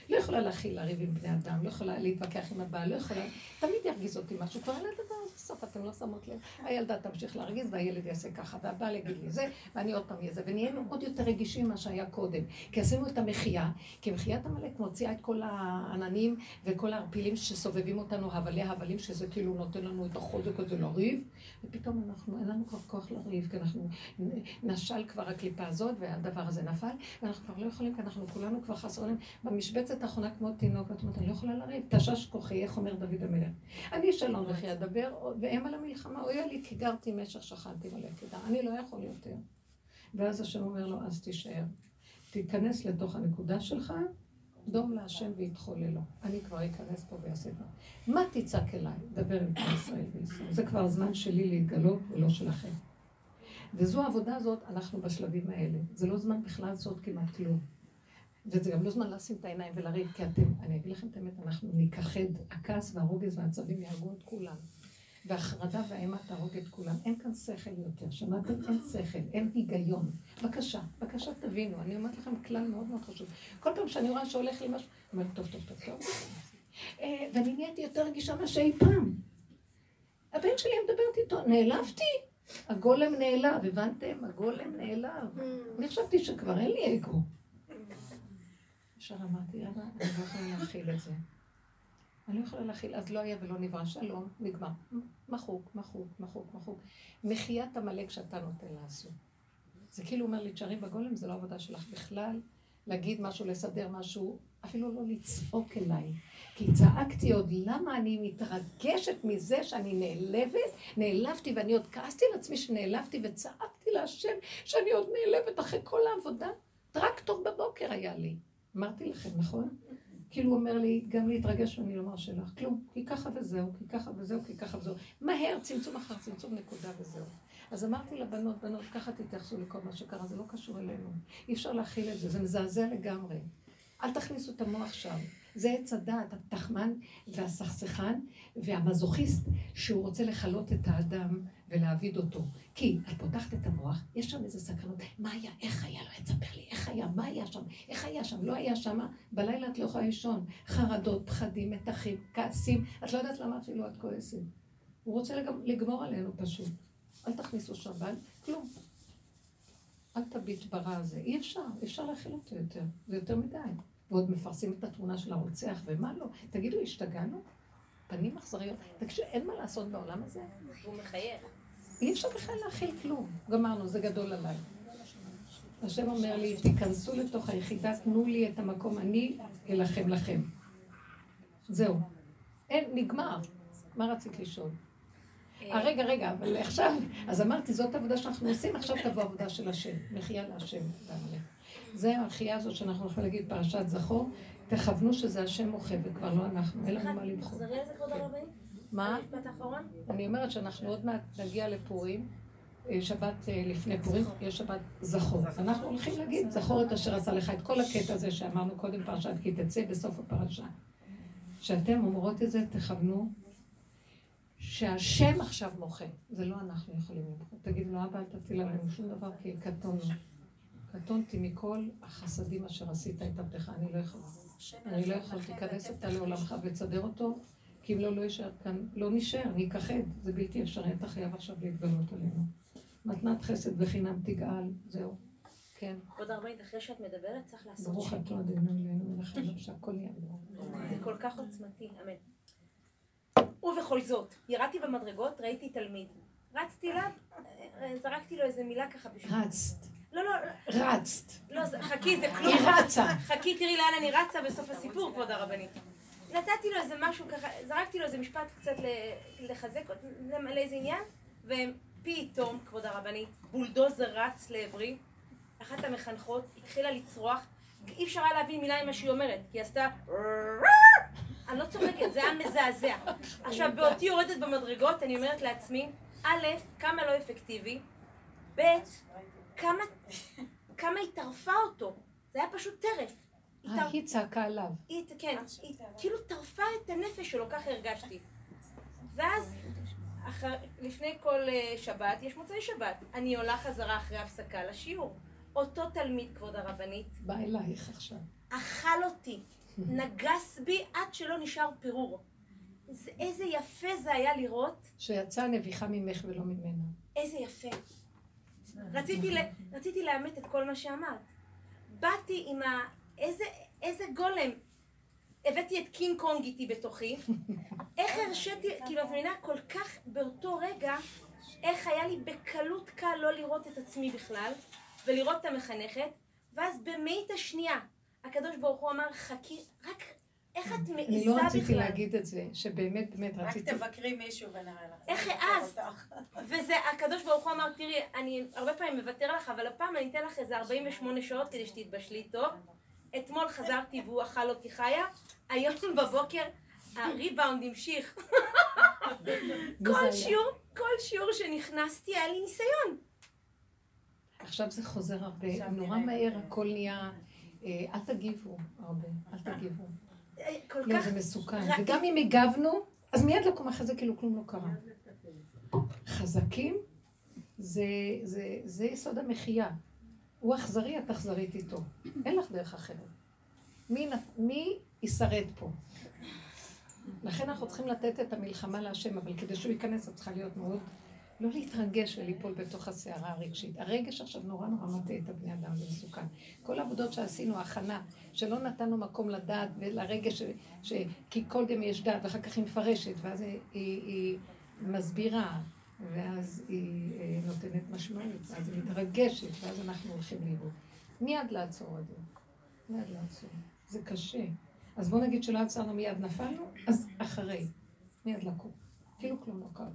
לא יכולה להכיל לריב עם בני אדם, לא יכולה להתווכח עם הבעל, לא יכולה, תמיד ירגיז אותי משהו, כבר אין לדבר, בסוף אתם לא שמות לב, הילדה תמשיך להרגיז והילד יעשה ככה, והבעל יגיד לי זה, ואני עוד פעם אהיה זה, ונהיינו עוד יותר רגישים ממה שהיה קודם, כי עשינו את המחייה, כי מחיית המלך מוציאה את כל העננים וכל הערפילים שסובבים אותנו, הבלי הבלים, שזה כאילו נותן לנו את החוזק הזה לריב, ופתאום אנחנו, אין לנו כבר כוח לריב, כי אנחנו נשל כבר הקליפה הזאת, והדבר הזה נפל, ואנחנו כבר לא יכולים, כי אנחנו כולנו כבר חסרונים במשבצת האחרונה כמו תינוק, ואת אומרת, אני לא יכולה לריב, תשש כוחי, איך אומר דוד המלך. אני שלום וכי אדבר, והם על המלחמה, אויה לי, כי גרתי משך שכנתי מלא כדה, אני לא יכול יותר. ואז השם אומר לו, אז תישאר, תיכנס לתוך הנקודה שלך, דום להשם ויתחוללו. אני כבר אכנס פה ויעשה דבר. מה תצעק אליי? דבר עם ישראל וישראל. זה כבר הזמן שלי להתגלות ולא שלכם. וזו העבודה הזאת, אנחנו בשלבים האלה. זה לא זמן בכלל לעשות כמעט כלום. וזה גם לא זמן לשים את העיניים ולריב, כי אתם, אני אגיד לכם את האמת, אנחנו נכחד, הכעס והרוגז והעצבים יהרגו את כולם. והחרדה והאימה תהרוג את כולם. אין כאן שכל יותר, שמעתם? אין שכל, אין היגיון. בבקשה, בבקשה תבינו, אני אומרת לכם כלל מאוד מאוד חשוב. כל פעם שאני רואה שהולך לי משהו, אני אומרת, טוב, טוב, טוב, טוב. ואני נהייתי יותר רגישה מה שאי פעם. הבן שלי מדברת איתו, נעלבתי. הגולם נעלב, הבנתם? הגולם נעלב. אני חשבתי שכבר אין לי אגו. ישר אמרתי, אבא, אני לא יכולה להכיל את זה. אני לא יכולה להכיל, אז לא היה ולא נברא, שלום, נגמר. מחוק, מחוק, מחוק, מחוק. מחיית המלאק שאתה נותן לעשות. זה כאילו אומר לי, תשארי בגולם, זה לא עבודה שלך בכלל, להגיד משהו, לסדר משהו, אפילו לא לצעוק אליי. כי צעקתי עוד, למה אני מתרגשת מזה שאני נעלבת, נעלבתי ואני עוד כעסתי על עצמי שנעלבתי וצעקתי להשם שאני עוד נעלבת אחרי כל העבודה. טרקטור בבוקר היה לי. אמרתי לכם, נכון? כאילו הוא אומר לי, גם להתרגש ואני לא מרשה לך, כלום, כי ככה וזהו, כי ככה וזהו, כי ככה וזהו. מהר, צמצום אחר צמצום נקודה וזהו. אז אמרתי לבנות, בנות, ככה תתייחסו לכל מה שקרה, זה לא קשור אלינו. אי אפשר להכיל את זה, זה מזעזע לגמרי. אל תכניסו את המוח שם. זה עץ הדעת, התחמן והסכסכן והמזוכיסט, שהוא רוצה לחלות את האדם ולהעביד אותו. כי את פותחת את המוח, יש שם איזה סקרנות, מה היה, איך היה, לא תספר לי, איך היה, מה היה שם, איך היה שם, לא היה שם, בלילה את לא יכולה לישון, חרדות, פחדים, מתחים, כעסים, את לא יודעת למה אפילו את כועסת. הוא רוצה לגמור עלינו פשוט. אל תכניסו שם, ואל, כלום. אל תביט ברע הזה, אי אפשר, אי אפשר להכיל אותו יותר, זה יותר מדי. ועוד מפרסים את התמונה של הרוצח, ומה לא? תגידו, השתגענו? פנים אכזריות. תקשיב, אין מה לעשות בעולם הזה? הוא מחייך. אי אפשר בכלל להכיל כלום. גמרנו, זה גדול עליי. השם אומר לי, תיכנסו לתוך היחידה, תנו לי את המקום, אני אלחם לכם. זהו. אין, נגמר. מה רצית לשאול? רגע, רגע, אבל עכשיו, אז אמרתי, זאת העבודה שאנחנו עושים, עכשיו תבוא עבודה של השם, מחייה להשם. זה המחייה הזאת שאנחנו יכולים להגיד פרשת זכור, תכוונו שזה השם מוחה וכבר לא אנחנו, אין לנו מה למחוא. תחזרי על זה כבוד הרבנית? מה? המשפט האחרון? אני אומרת שאנחנו עוד מעט נגיע לפורים, שבת לפני פורים, יש שבת זכור. אנחנו הולכים להגיד, זכור את אשר עשה לך, את כל הקטע הזה שאמרנו קודם פרשת כי תצא בסוף הפרשה. שאתם אומרות את זה, תכוונו שהשם עכשיו מוחה, זה לא אנחנו יכולים למחוא. תגידו לו, אבא, אל תטיל עלינו שום דבר, כי קטונו. קטונתי מכל החסדים אשר עשית את עבדך, אני לא יכולה. אני לא יכולה, תיכנס אותה לעולמך וצדר אותו, כי אם לא, לא יישאר כאן, לא נשאר, ניכחד, זה בלתי אפשרי, אתה חייב עכשיו להתגלות עלינו. מתנת חסד וחינם תגאל, זהו. כן. כבוד הרבנית, אחרי שאת מדברת, צריך לעשות שקט. ברוך אתה אדוני אלינו מלך העולם שהכל יהיה ברור. זה כל כך עוצמתי, אמן. ובכל זאת, ירדתי במדרגות, ראיתי תלמיד. רצתי אליו, זרקתי לו איזה מילה ככה בשביל... רצת. לא, לא, רצת. לא, חכי, זה כלום. היא רצה. חכי, תראי לאן אני רצה בסוף הסיפור, כבוד הרבנית. נתתי לו איזה משהו ככה, זרקתי לו איזה משפט קצת לחזק, לאיזה עניין, ופתאום, כבוד הרבנית, בולדוזר רץ לעברי, אחת המחנכות התחילה לצרוח, אי אפשר היה להבין מילה ממה שהיא אומרת, כי היא עשתה... אני לא צוחקת, זה היה מזעזע. עכשיו, באותי יורדת במדרגות, אני אומרת לעצמי, א', כמה לא אפקטיבי, ב', כמה, כמה היא טרפה אותו. זה היה פשוט טרף. היא צעקה עליו. היא, כן, היא כאילו טרפה את הנפש שלו, ככה הרגשתי. ואז, אחר, לפני כל שבת, יש מוצאי שבת. אני עולה חזרה אחרי הפסקה לשיעור. אותו תלמיד, כבוד הרבנית, בא אלייך עכשיו. אכל אותי. נגס בי עד שלא נשאר פירור. זה, איזה יפה זה היה לראות. שיצא נביחה ממך ולא ממנה. איזה יפה. רציתי, ל, רציתי לאמת את כל מה שאמרת. באתי עם ה... איזה, איזה גולם. הבאתי את קינג קונג איתי בתוכי. איך הרשיתי, כאילו את מבינה, כל כך באותו רגע, איך היה לי בקלות קל לא לראות את עצמי בכלל, ולראות את המחנכת, ואז במאית השנייה, הקדוש ברוך הוא אמר, חכי, רק איך את מעיזה בכלל? אני לא רציתי להגיד את זה, שבאמת, באמת רציתי... רק תבקרי מישהו ונראה לך. איך העזת? וזה, הקדוש ברוך הוא אמר, תראי, אני הרבה פעמים מוותר לך, אבל הפעם אני אתן לך איזה ארבעים ושמונה שעות כדי שתתבשלי טוב. אתמול חזרתי והוא אכל אותי חיה, היום בבוקר הריבאונד המשיך. כל שיעור, כל שיעור שנכנסתי היה לי ניסיון. עכשיו זה חוזר הרבה, נורא מהר הכל נהיה, אל תגיבו הרבה, אל תגיבו. לא, זה מסוכן. וגם אם הגבנו, אז מיד לקום אחרי זה כאילו כלום לא קרה. חזקים, זה יסוד המחיה. הוא אכזרי, את אכזרית איתו. אין לך דרך אחרת. מי ישרד פה? לכן אנחנו צריכים לתת את המלחמה להשם, אבל כדי שהוא ייכנס, את צריכה להיות מאוד, לא להתרגש וליפול בתוך הסערה הרגשית. הרגש עכשיו נורא נורא מטעה את הבני אדם, זה מסוכן. כל העבודות שעשינו, ההכנה, שלא נתנו מקום לדעת ולרגש, ש... כי כל גם יש דעת, ואחר כך היא מפרשת, ואז היא, היא, היא מסבירה, ואז היא נותנת משמעות, ואז היא מתרגשת, ואז אנחנו הולכים לראות. מיד לעצור את זה. מיד לעצור. זה קשה. אז בואו נגיד שלא עצרנו מיד נפלנו, אז אחרי. מיד לקום. כאילו כלום לא קרה.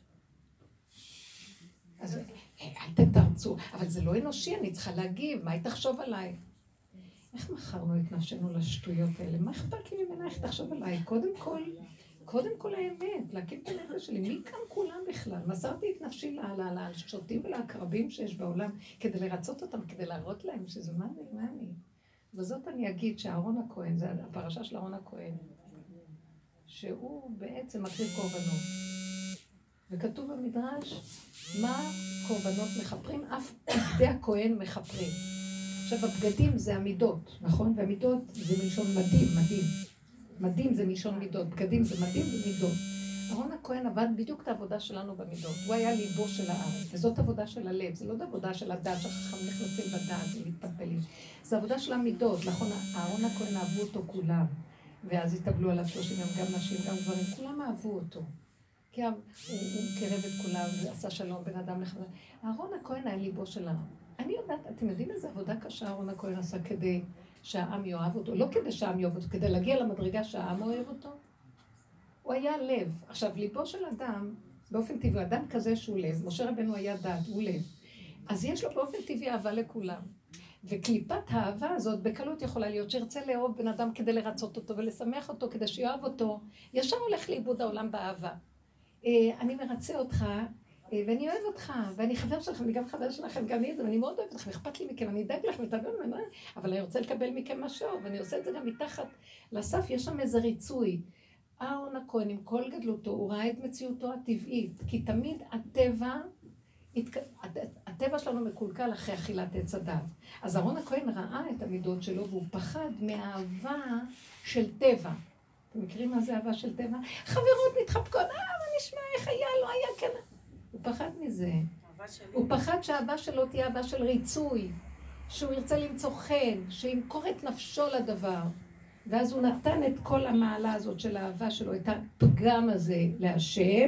אז אל תתרצו, אבל זה לא אנושי, אני צריכה להגיב, מה היא תחשוב עליי? איך מכרנו את נפשנו לשטויות האלה? מה אכפת לי ממנה? איך תחשוב עליי? קודם כל, קודם כל האמת, להקים את הנפש שלי. מי כאן כולם בכלל? מסרתי את נפשי לשוטים ולעקרבים שיש בעולם, כדי לרצות אותם, כדי להראות להם שזה מה אני, מה אני. וזאת אני אגיד שאהרון הכהן, זה הפרשה של אהרון הכהן, שהוא בעצם מקריב קורבנות. וכתוב במדרש, מה קורבנות מחפרים? אף בגדי הכהן מחפרים. עכשיו, הבגדים זה המידות, נכון? והמידות זה מלשון מדים, מדים. מדים זה מלשון מידות, בגדים זה מדים ומידות. אהרון הכהן עבד בדיוק את העבודה שלנו במידות. הוא היה ליבו של הארץ, וזאת עבודה של הלב. זה לא עבודה של הדעת, שהחכמים נכנסים לדעת ומתפלפלים. זה עבודה של המידות. נכון, אהרון הכהן אהבו אותו כולם. ואז התאבלו עליו שלושים יום, גם נשים, גם גברים. כולם אהבו אותו. כי הוא, הוא קרב את כולם ועשה שלום בין אדם לחבר. אהרון הכהן היה ליבו של העם. אני יודעת, אתם יודעים איזה עבודה קשה אהרון הכהן עשה כדי שהעם יאהב אותו? לא כדי שהעם יאהב אותו, כדי להגיע למדרגה שהעם אוהב אותו. הוא היה לב. עכשיו, ליבו של אדם, באופן טבעי, אדם כזה שהוא לב, משה רבנו היה דעת, הוא לב. אז יש לו באופן טבעי אהבה לכולם. וקליפת האהבה הזאת בקלות יכולה להיות שירצה לאהוב בן אדם כדי לרצות אותו ולשמח אותו, כדי שיאהב אותו. ישר הולך לאיבוד העולם באהבה. אני מרצה אותך, ואני אוהב אותך, ואני חבר שלכם, אני גם חבר שלכם, גם איזה, ואני מאוד אוהבת לכם, אכפת לי מכם, אני אדאג לכם, ותדעו, אבל אני רוצה לקבל מכם משהו, ואני עושה את זה גם מתחת לסף, יש שם איזה ריצוי. אהרון הכהן, עם כל גדלותו, הוא ראה את מציאותו הטבעית, כי תמיד הטבע, הטבע שלנו מקולקל אחרי אכילת עץ הדת. אז אהרון הכהן ראה את המידות שלו, והוא פחד מהאהבה של טבע. אתם מכירים מה זה אהבה של טבע? חברות מתחבקות, אה, מה נשמע, איך היה, לא היה כן. הוא פחד מזה. הוא פחד שהאהבה שלו תהיה אהבה של ריצוי, שהוא ירצה למצוא חן, שימכור את נפשו לדבר. ואז הוא נתן את כל המעלה הזאת של האהבה שלו, את הפגם הזה להשם,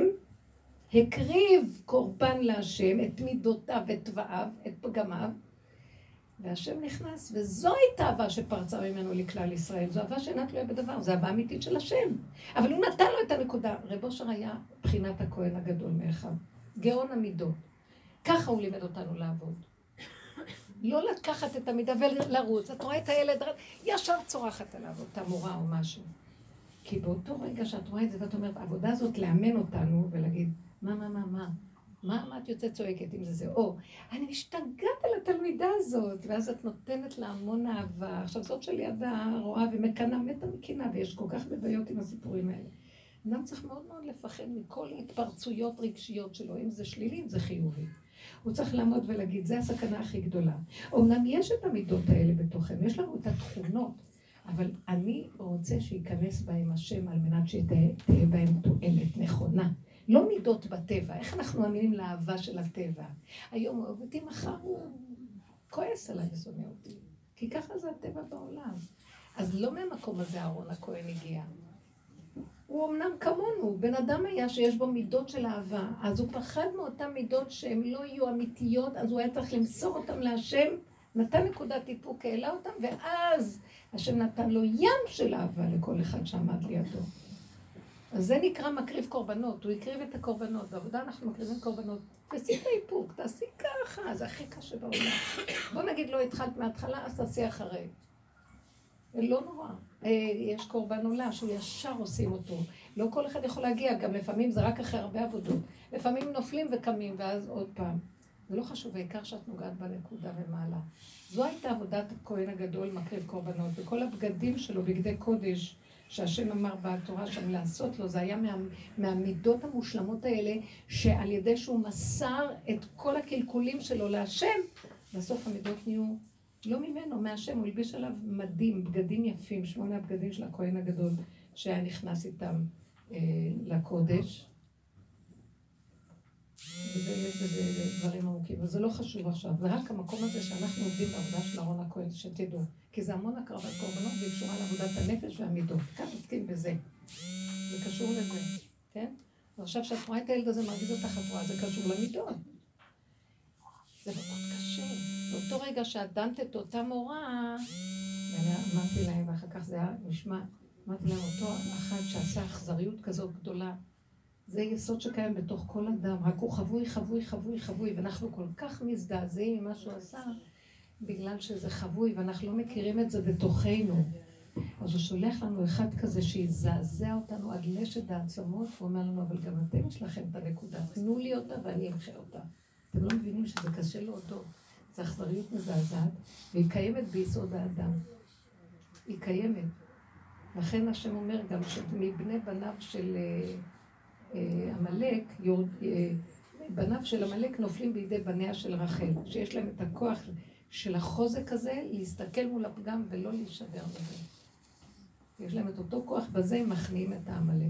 הקריב קורבן להשם, את מידותיו ואת תבעיו, את פגמיו, והשם נכנס, וזו הייתה אהבה שפרצה ממנו לכלל ישראל. זו אהבה שאינה תלויה בדבר, זו אהבה אמיתית של השם. אבל הוא נתן לו את הנקודה. רב אושר היה בחינת הכהן הגדול מאחד. גאון המידות. ככה הוא לימד אותנו לעבוד. לא לקחת את המידה ולרוץ. את רואה את הילד, ישר צורחת עליו, אותה מורה או משהו. כי באותו רגע שאת רואה את זה, ואת אומרת, העבודה הזאת לאמן אותנו ולהגיד, מה, מה, מה, מה? מה, מה את יוצאת צועקת עם זה זה? או, אני משתגעת על התלמידה הזאת, ואז את נותנת לה המון אהבה. עכשיו זאת שלי אהבה רואה ומקנה מתה מקינה, ויש כל כך בבעיות עם הסיפורים האלה. אדם צריך מאוד מאוד לפחד מכל התפרצויות רגשיות שלו, אם זה שלילי, אם זה חיובי. הוא צריך לעמוד ולהגיד, זה הסכנה הכי גדולה. אומנם יש את המידות האלה בתוכן, יש לנו את התכונות, אבל אני רוצה שייכנס בהם השם על מנת שתהיה בהם תועלת נכונה. לא מידות בטבע. איך אנחנו מאמינים לאהבה של הטבע? היום הוא אוהב אותי, מחר הוא כועס עליי ושונא אותי. כי ככה זה הטבע בעולם. אז לא מהמקום הזה אהרון הכהן הגיע. הוא אמנם כמונו, בן אדם היה שיש בו מידות של אהבה, אז הוא פחד מאותן מידות שהן לא יהיו אמיתיות, אז הוא היה צריך למסור אותם להשם, נתן נקודת איפוק, העלה אותם, ואז השם נתן לו ים של אהבה לכל אחד שעמד לידו. אז זה נקרא מקריב קורבנות, הוא הקריב את הקורבנות, בעבודה אנחנו מקריבים קורבנות, תעשי את האיפוק, תעשי ככה, זה הכי קשה בעולם. בוא נגיד לא התחלת מההתחלה, אז תעשי אחרי. לא נורא. יש קורבן עולה שהוא ישר עושים אותו. לא כל אחד יכול להגיע, גם לפעמים זה רק אחרי הרבה עבודות. לפעמים נופלים וקמים ואז עוד פעם. זה לא חשוב, העיקר שאת נוגעת בנקודה ומעלה. זו הייתה עבודת הכהן הגדול, מקריב קורבנות, וכל הבגדים שלו, בגדי קודש, שהשם אמר בתורה שם לעשות לו, זה היה מה, מהמידות המושלמות האלה, שעל ידי שהוא מסר את כל הקלקולים שלו להשם, בסוף המידות נהיו לא ממנו, מהשם, הוא הלביש עליו מדים, בגדים יפים, שמונה הבגדים של הכהן הגדול, שהיה נכנס איתם אה, לקודש. וזה יש בזה דברים עמוקים, אבל זה לא חשוב עכשיו, זה רק המקום הזה שאנחנו עובדים בעבודה של אהרון הכהן, שתדעו, כי זה המון הקרבת קורבנות והיא קשורה לעבודת הנפש והמידות, כאן עוסקים בזה, זה קשור לזה, כן? ועכשיו שאת רואה את הילד הזה מרגיז אותך, את רואה, זה קשור למידות. זה מאוד קשה. באותו רגע שאת דנת את אותה מורה, אמרתי להם, ואחר כך זה היה נשמע, אמרתי להם, אותו אחד שעשה אכזריות כזאת גדולה, זה יסוד שקיים בתוך כל אדם, רק הוא חבוי, חבוי, חבוי, חבוי, ואנחנו כל כך מזדעזעים ממה שהוא עשה, בגלל שזה חבוי, ואנחנו לא מכירים את זה בתוכנו. אז הוא שולח לנו אחד כזה שיזעזע אותנו עד לשת העצמות, הוא אומר לנו, אבל גם אתם יש לכם את הנקודה, תנו לי אותה ואני אמחה אותה. אתם לא מבינים שזה קשה להודות, זו אכזריות מזעזעת, והיא קיימת ביסוד האדם. היא קיימת. לכן השם אומר גם שמבני בניו של עמלק, בניו של עמלק נופלים בידי בניה של רחל, שיש להם את הכוח של החוזק הזה להסתכל מול הפגם ולא להישבר בזה. יש להם את אותו כוח, בזה הם מכניעים את העמלק.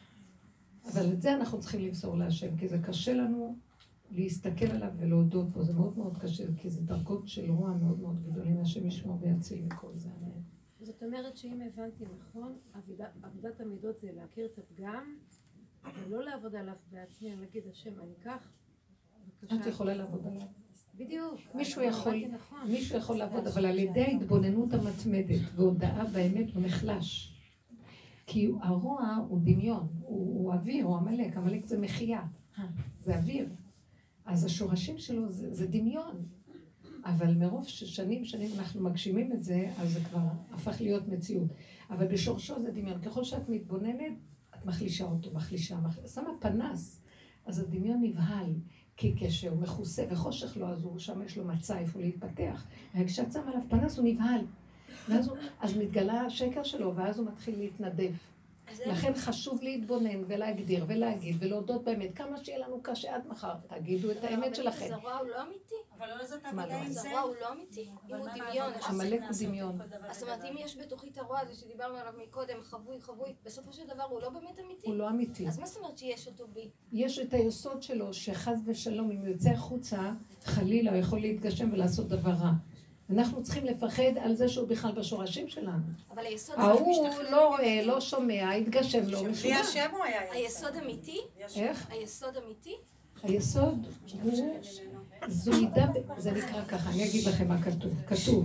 אבל את זה אנחנו צריכים למסור להשם, כי זה קשה לנו להסתכל עליו ולהודות בו, זה מאוד מאוד קשה, כי זה דרגות של רוע מאוד מאוד גדולים, השם ישמור ויציל מכל זה. זאת אומרת שאם הבנתי נכון, עבודת המידות זה להכיר את הפגם, ולא לעבוד עליו בעצמי, אני אגיד השם, אני כך, את יכולה לעבוד עליו. בדיוק. מישהו יכול, מישהו יכול לעבוד, אבל על ידי ההתבוננות המתמדת והודעה באמת הוא נחלש. כי הרוע הוא דמיון, הוא אוויר, הוא עמלק, עמלק זה מחייה, זה אוויר. אז השורשים שלו זה, זה דמיון. אבל מרוב ששנים שנים אנחנו מגשימים את זה, אז זה כבר הפך להיות מציאות. אבל בשורשו זה דמיון. ככל שאת מתבוננת, את מחלישה אותו, מחלישה, מחלישה. שמה פנס, אז הדמיון נבהל. כי כשהוא מכוסה וחושך לו, אז הוא שם יש לו מצא איפה להתפתח. וכשאת שם עליו פנס הוא נבהל. ואז הוא, אז מתגלה השקר שלו, ואז הוא מתחיל להתנדב. לכן חשוב להתבונן ולהגדיר ולהגיד ולהודות באמת כמה שיהיה לנו קשה עד מחר. תגידו את האמת שלכם. אז הרוע הוא לא אמיתי. אבל לא זאת עבודה עם זה. הרוע הוא לא אמיתי. אם הוא דמיון. עמלק הוא דמיון. זאת אומרת, אם יש בתוכי את הרוע הזה שדיברנו עליו מקודם, חבוי, חבוי, בסופו של דבר הוא לא באמת אמיתי. הוא לא אמיתי. אז מה זאת אומרת שיש אותו בי? יש את היסוד שלו שחס ושלום, אם הוא יוצא החוצה, חלילה הוא יכול להתגשם ולעשות דבר רע. אנחנו צריכים לפחד על זה שהוא בכלל בשורשים שלנו. אבל היסוד... ההוא לא רואה, לא שומע, התגשם לו. בלי השם הוא היה יוצא. היסוד אמיתי? איך? היסוד אמיתי? היסוד הוא... זו מידה... זה נקרא ככה, אני אגיד לכם מה כתוב. כתוב,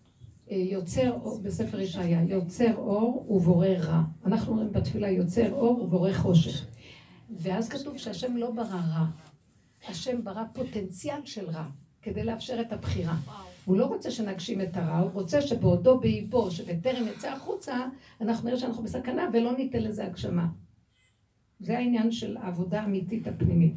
יוצר אור, בספר ישעיה, יוצר אור ובורא רע. אנחנו אומרים בתפילה, יוצר אור ובורא חושך. ואז כתוב שהשם לא ברא רע. השם ברא פוטנציאל של רע, כדי לאפשר את הבחירה. הוא לא רוצה שנגשים את הרע, הוא רוצה שבעודו באיבו, שבטרם יצא החוצה, אנחנו נראה שאנחנו בסכנה ולא ניתן לזה הגשמה. זה העניין של העבודה האמיתית הפנימית.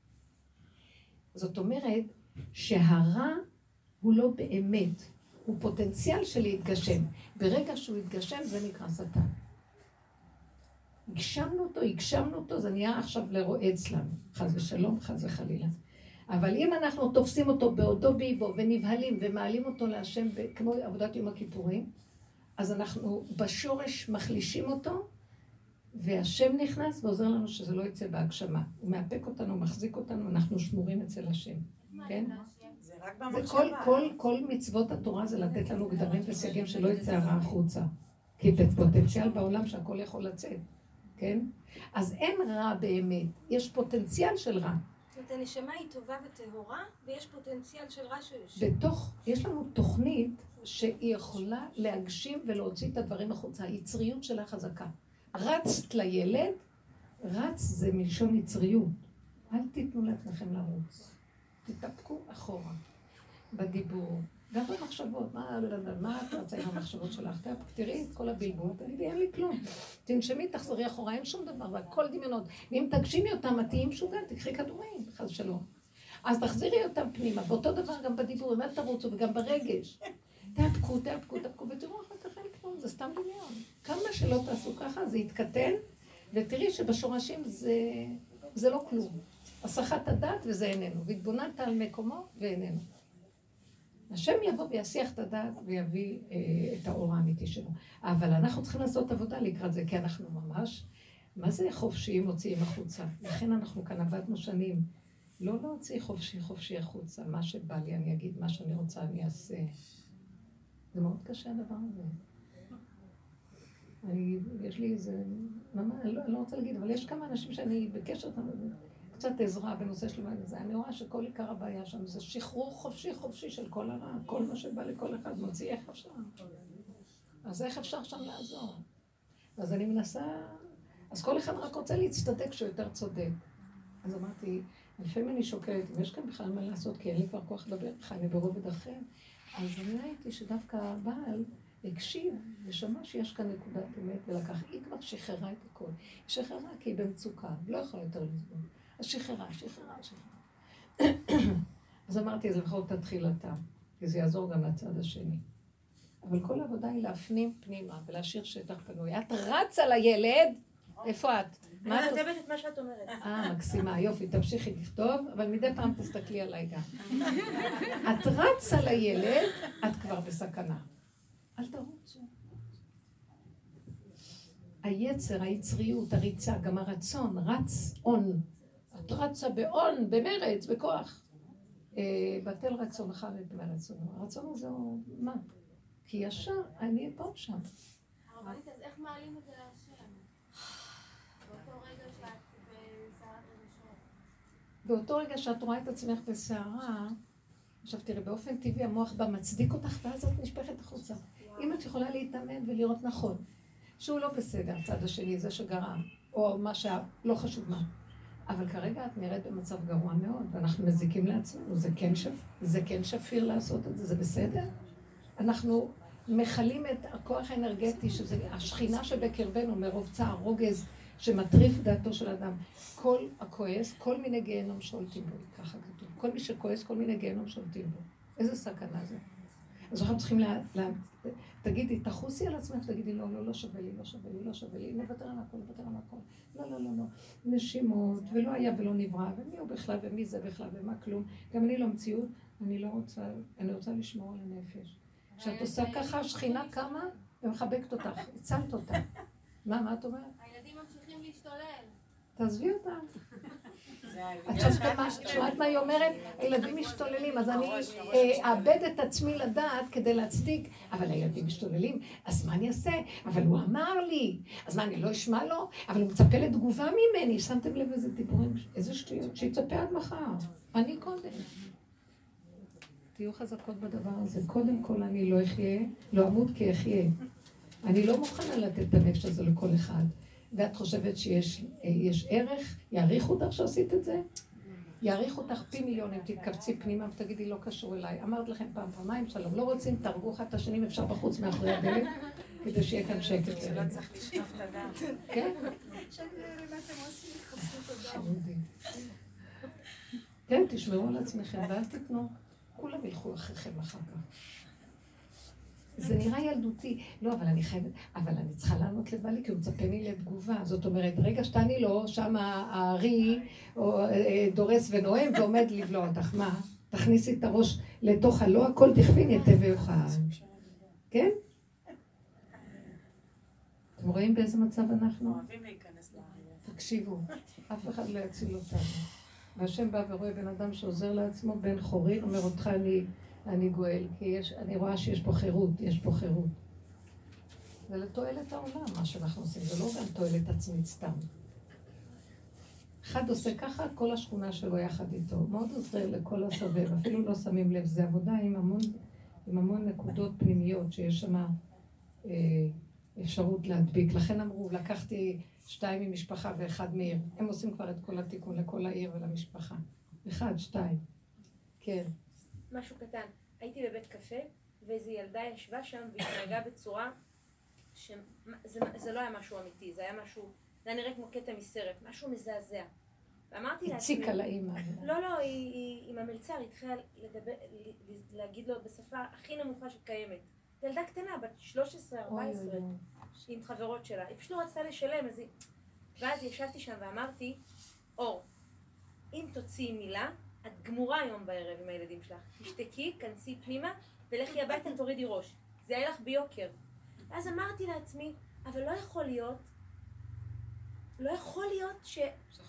זאת אומרת שהרע הוא לא באמת, הוא פוטנציאל של להתגשם. ברגע שהוא יתגשם זה נקרא שטן. הגשמנו אותו, הגשמנו אותו, זה נהיה עכשיו לרועץ לנו. חס ושלום, חס וחלילה. אבל אם אנחנו תופסים אותו בעודו באיבו ונבהלים ומעלים אותו להשם כמו עבודת יום הכיפורים, אז אנחנו בשורש מחלישים אותו, והשם נכנס ועוזר לנו שזה לא יצא בהגשמה. הוא מאפק אותנו, מחזיק אותנו, אנחנו שמורים אצל השם. כן? זה רק זה במחשבה. כל, כל, כל מצוות התורה זה לתת לנו גדרים וסייגים שלא יצא הרע החוצה. כי פוטנציאל בעולם שהכל יכול לצאת. כן? אז אין רע באמת, יש פוטנציאל של רע. זאת אומרת, הנשמה היא טובה וטהורה, ויש פוטנציאל של רע שיש. בתוך, יש לנו תוכנית שהיא יכולה להגשים ולהוציא את הדברים החוצה. היצריות שלה חזקה. רצת לילד, רץ זה מלשון יצריות. אל תיתנו לעצמכם לרוץ. תתאפקו אחורה. בדיבור, גם במחשבות. מה, מה את רצה עם המחשבות שלך? תראי את כל הבלבול, תגידי, אין לי כלום. תנשמי, תחזרי אחורה, אין שום דבר, והכל דמיונות. ואם תגשימי אותם, תהיי משוגעת, תקחי כדורים, חס שלום. אז תחזירי אותם פנימה, באותו דבר גם בדיבור, אם אל תרוצו וגם ברגש. תאפקו, תאפקו, תאפקו, ותראו איך אתם כלום, זה סתם דמיון. כמה שלא תעשו ככה, זה יתקטן, ותראי שבשורשים זה, זה לא כלום. הסחת הדעת וזה איננו, והתבוננת על מקומו ואיננו. השם יבוא ויסיח את הדעת ויביא אה, את האור האמיתי שלו. אבל אנחנו צריכים לעשות עבודה לקראת זה, כי אנחנו ממש, מה זה חופשיים מוציאים החוצה? לכן אנחנו כאן עבדנו שנים. לא להוציא חופשי חופשי החוצה, מה שבא לי אני אגיד, מה שאני רוצה אני אעשה. זה מאוד קשה הדבר הזה. אני, יש לי איזה, ממש, אני לא, אני לא רוצה להגיד, אבל יש כמה אנשים שאני בקשר, קצת עזרה בנושא של מה זה. אני רואה שכל עיקר הבעיה שם זה שחרור חופשי חופשי של כל הרע, כל מה שבא לכל אחד מוציא, איך אפשר? אז איך אפשר שם לעזור? אז אני מנסה, אז כל אחד רק רוצה להצטדק שהוא יותר צודק. אז אמרתי, לפעמים אני שוקלת, אם יש כאן בכלל מה לעשות, כי אין לי כבר כוח לדבר לך, אני ברובד אחר. אז אני ראיתי שדווקא הבעל הקשיב ושמע שיש כאן נקודת אמת ולקח, היא כבר שחררה את הכל. היא שחררה כי היא במצוקה, לא יכולה יותר לסבול. אז שחררה, שחררה, שחררה. אז אמרתי, אז לפחות תתחיל אתה, כי זה יעזור גם לצד השני. אבל כל העבודה היא להפנים פנימה ולהשאיר שטח פנוי. את רצה לילד, איפה את? אני כותבת את מה שאת אומרת. אה, מקסימה, יופי, תמשיכי לכתוב, אבל מדי פעם תסתכלי עליי גם. את רצה לילד, את כבר בסכנה. אל תרוצו. היצר, היצריות, הריצה, גם הרצון, רץ און. את רצה באון, במרץ, בכוח. בטל רצונך ואת רצונו. הרצון הזה הוא מה? כי ישר אני פה שם. הרבנית, אז איך מעלים את זה להשם? באותו רגע שאת בסערת רגשות. באותו רגע שאת רואה את עצמך בסערה, עכשיו תראי, באופן טבעי המוח בה מצדיק אותך ואז את נשפכת החוצה. אם את יכולה להתאמן ולראות נכון, שהוא לא בסדר, הצד השני, זה שגרם, או מה שלא חשוב מה. אבל כרגע את נראית במצב גרוע מאוד, ואנחנו מזיקים לעצמנו, זה כן, שפ... זה כן שפיר לעשות את זה, זה בסדר? אנחנו מחלים את הכוח האנרגטי, שזה השכינה שבקרבנו, מרוב צער, רוגז, שמטריף דעתו של אדם. כל הכועס, כל מיני גיהנום שולטים בו, ככה כתוב. כל מי שכועס, כל מיני גיהנום שולטים בו. איזה סכנה זה? אז אנחנו צריכים לה... לה... תגידי, תחוסי על עצמך, תגידי, לא, לא, לא שווה לי, לא שווה לי, לא שווה לי, נוותר על הכל, נוותר על הכל. לא, לא, לא, לא. נשימות, ולא היה ולא נברא, ומי הוא בכלל, ומי זה בכלל, ומה כלום. גם אני לא מציאות, אני לא רוצה, אני רוצה לשמור על הנפש. כשאת עושה ככה, שכינה קמה ומחבקת אותך, הצלת אותה. מה, מה את אומרת? הילדים ממשיכים להשתולל. תעזבי אותם. עכשיו שמעת מה היא אומרת? הילדים משתוללים, אז אני אאבד את עצמי לדעת כדי להצדיק, אבל הילדים משתוללים, אז מה אני אעשה? אבל הוא אמר לי, אז מה אני לא אשמע לו? אבל הוא מצפה לתגובה ממני, שמתם לב איזה דיבורים, איזה שטויות, שיצפה עד מחר, אני קודם. תהיו חזקות בדבר הזה, קודם כל אני לא אחיה, לא אמות כי אחיה. אני לא מוכנה לתת את הנפש הזה לכל אחד. ואת חושבת שיש יש ערך, יעריך אותך שעשית את זה? יעריך אותך פי מיליונים, תתכווצי פנימה ותגידי לא קשור אליי. אמרת לכם פעם פעמיים שלום, לא רוצים, תרגו אחד את השנים, אפשר בחוץ מאחורי הדלת, כדי שיהיה כאן שקט. שלא צריך לשטוף את הדם. כן? שאני לא יודעת אתם עושים לחפשו את הדם. כן, תשמרו על עצמכם ואל תתנו. כולם ילכו אחריכם אחר כך. זה נראה ילדותי. לא, אבל אני חייבת, אבל אני צריכה לענות לבעלי, כי הוא מצפה לי לתגובה. זאת אומרת, רגע שתני לו, שם הארי דורס ונואם ועומד לבלוע אותך. מה? תכניסי את הראש לתוך הלא הכל, תכווין יתה ויוכל. כן? אתם רואים באיזה מצב אנחנו? אוהבים להיכנס לארץ. תקשיבו, אף אחד לא יציל אותנו. והשם בא ורואה בן אדם שעוזר לעצמו, בן חורי, אומר אותך אני, אני גואל, כי יש, אני רואה שיש פה חירות, יש פה חירות. זה לתועלת העולם, מה שאנחנו עושים, זה לא גם תועלת עצמית סתם. אחד עושה ככה, כל השכונה שלו יחד איתו. מאוד עוזר לכל הסובב, אפילו לא שמים לב, זה עבודה עם המון, עם המון נקודות פנימיות, שיש שם אה, אפשרות להדביק. לכן אמרו, לקחתי שתיים ממשפחה ואחד מעיר. הם עושים כבר את כל התיקון לכל העיר ולמשפחה. אחד, שתיים. כן. משהו קטן. הייתי בבית קפה, ואיזו ילדה ישבה שם והתנהגה בצורה שזה זה לא היה משהו אמיתי, זה היה משהו, זה היה נראה כמו קטע מסרט, משהו מזעזע. ואמרתי לעצמי... הציק על האמא. לא, לא, היא, היא, עם המלצר התחילה לדבר, להגיד לו בשפה הכי נמוכה שקיימת. ילדה קטנה, בת שלוש עשרה ארבע עשרה, עם חברות שלה. היא פשוט לא רצתה לשלם, אז היא... ואז ישבתי שם ואמרתי, אור, אם תוציאי מילה, את גמורה היום בערב עם הילדים שלך. תשתקי, כנסי פנימה, ולכי הביתה תורידי ראש. זה היה לך ביוקר. אז אמרתי לעצמי, אבל לא יכול להיות, לא יכול להיות ש...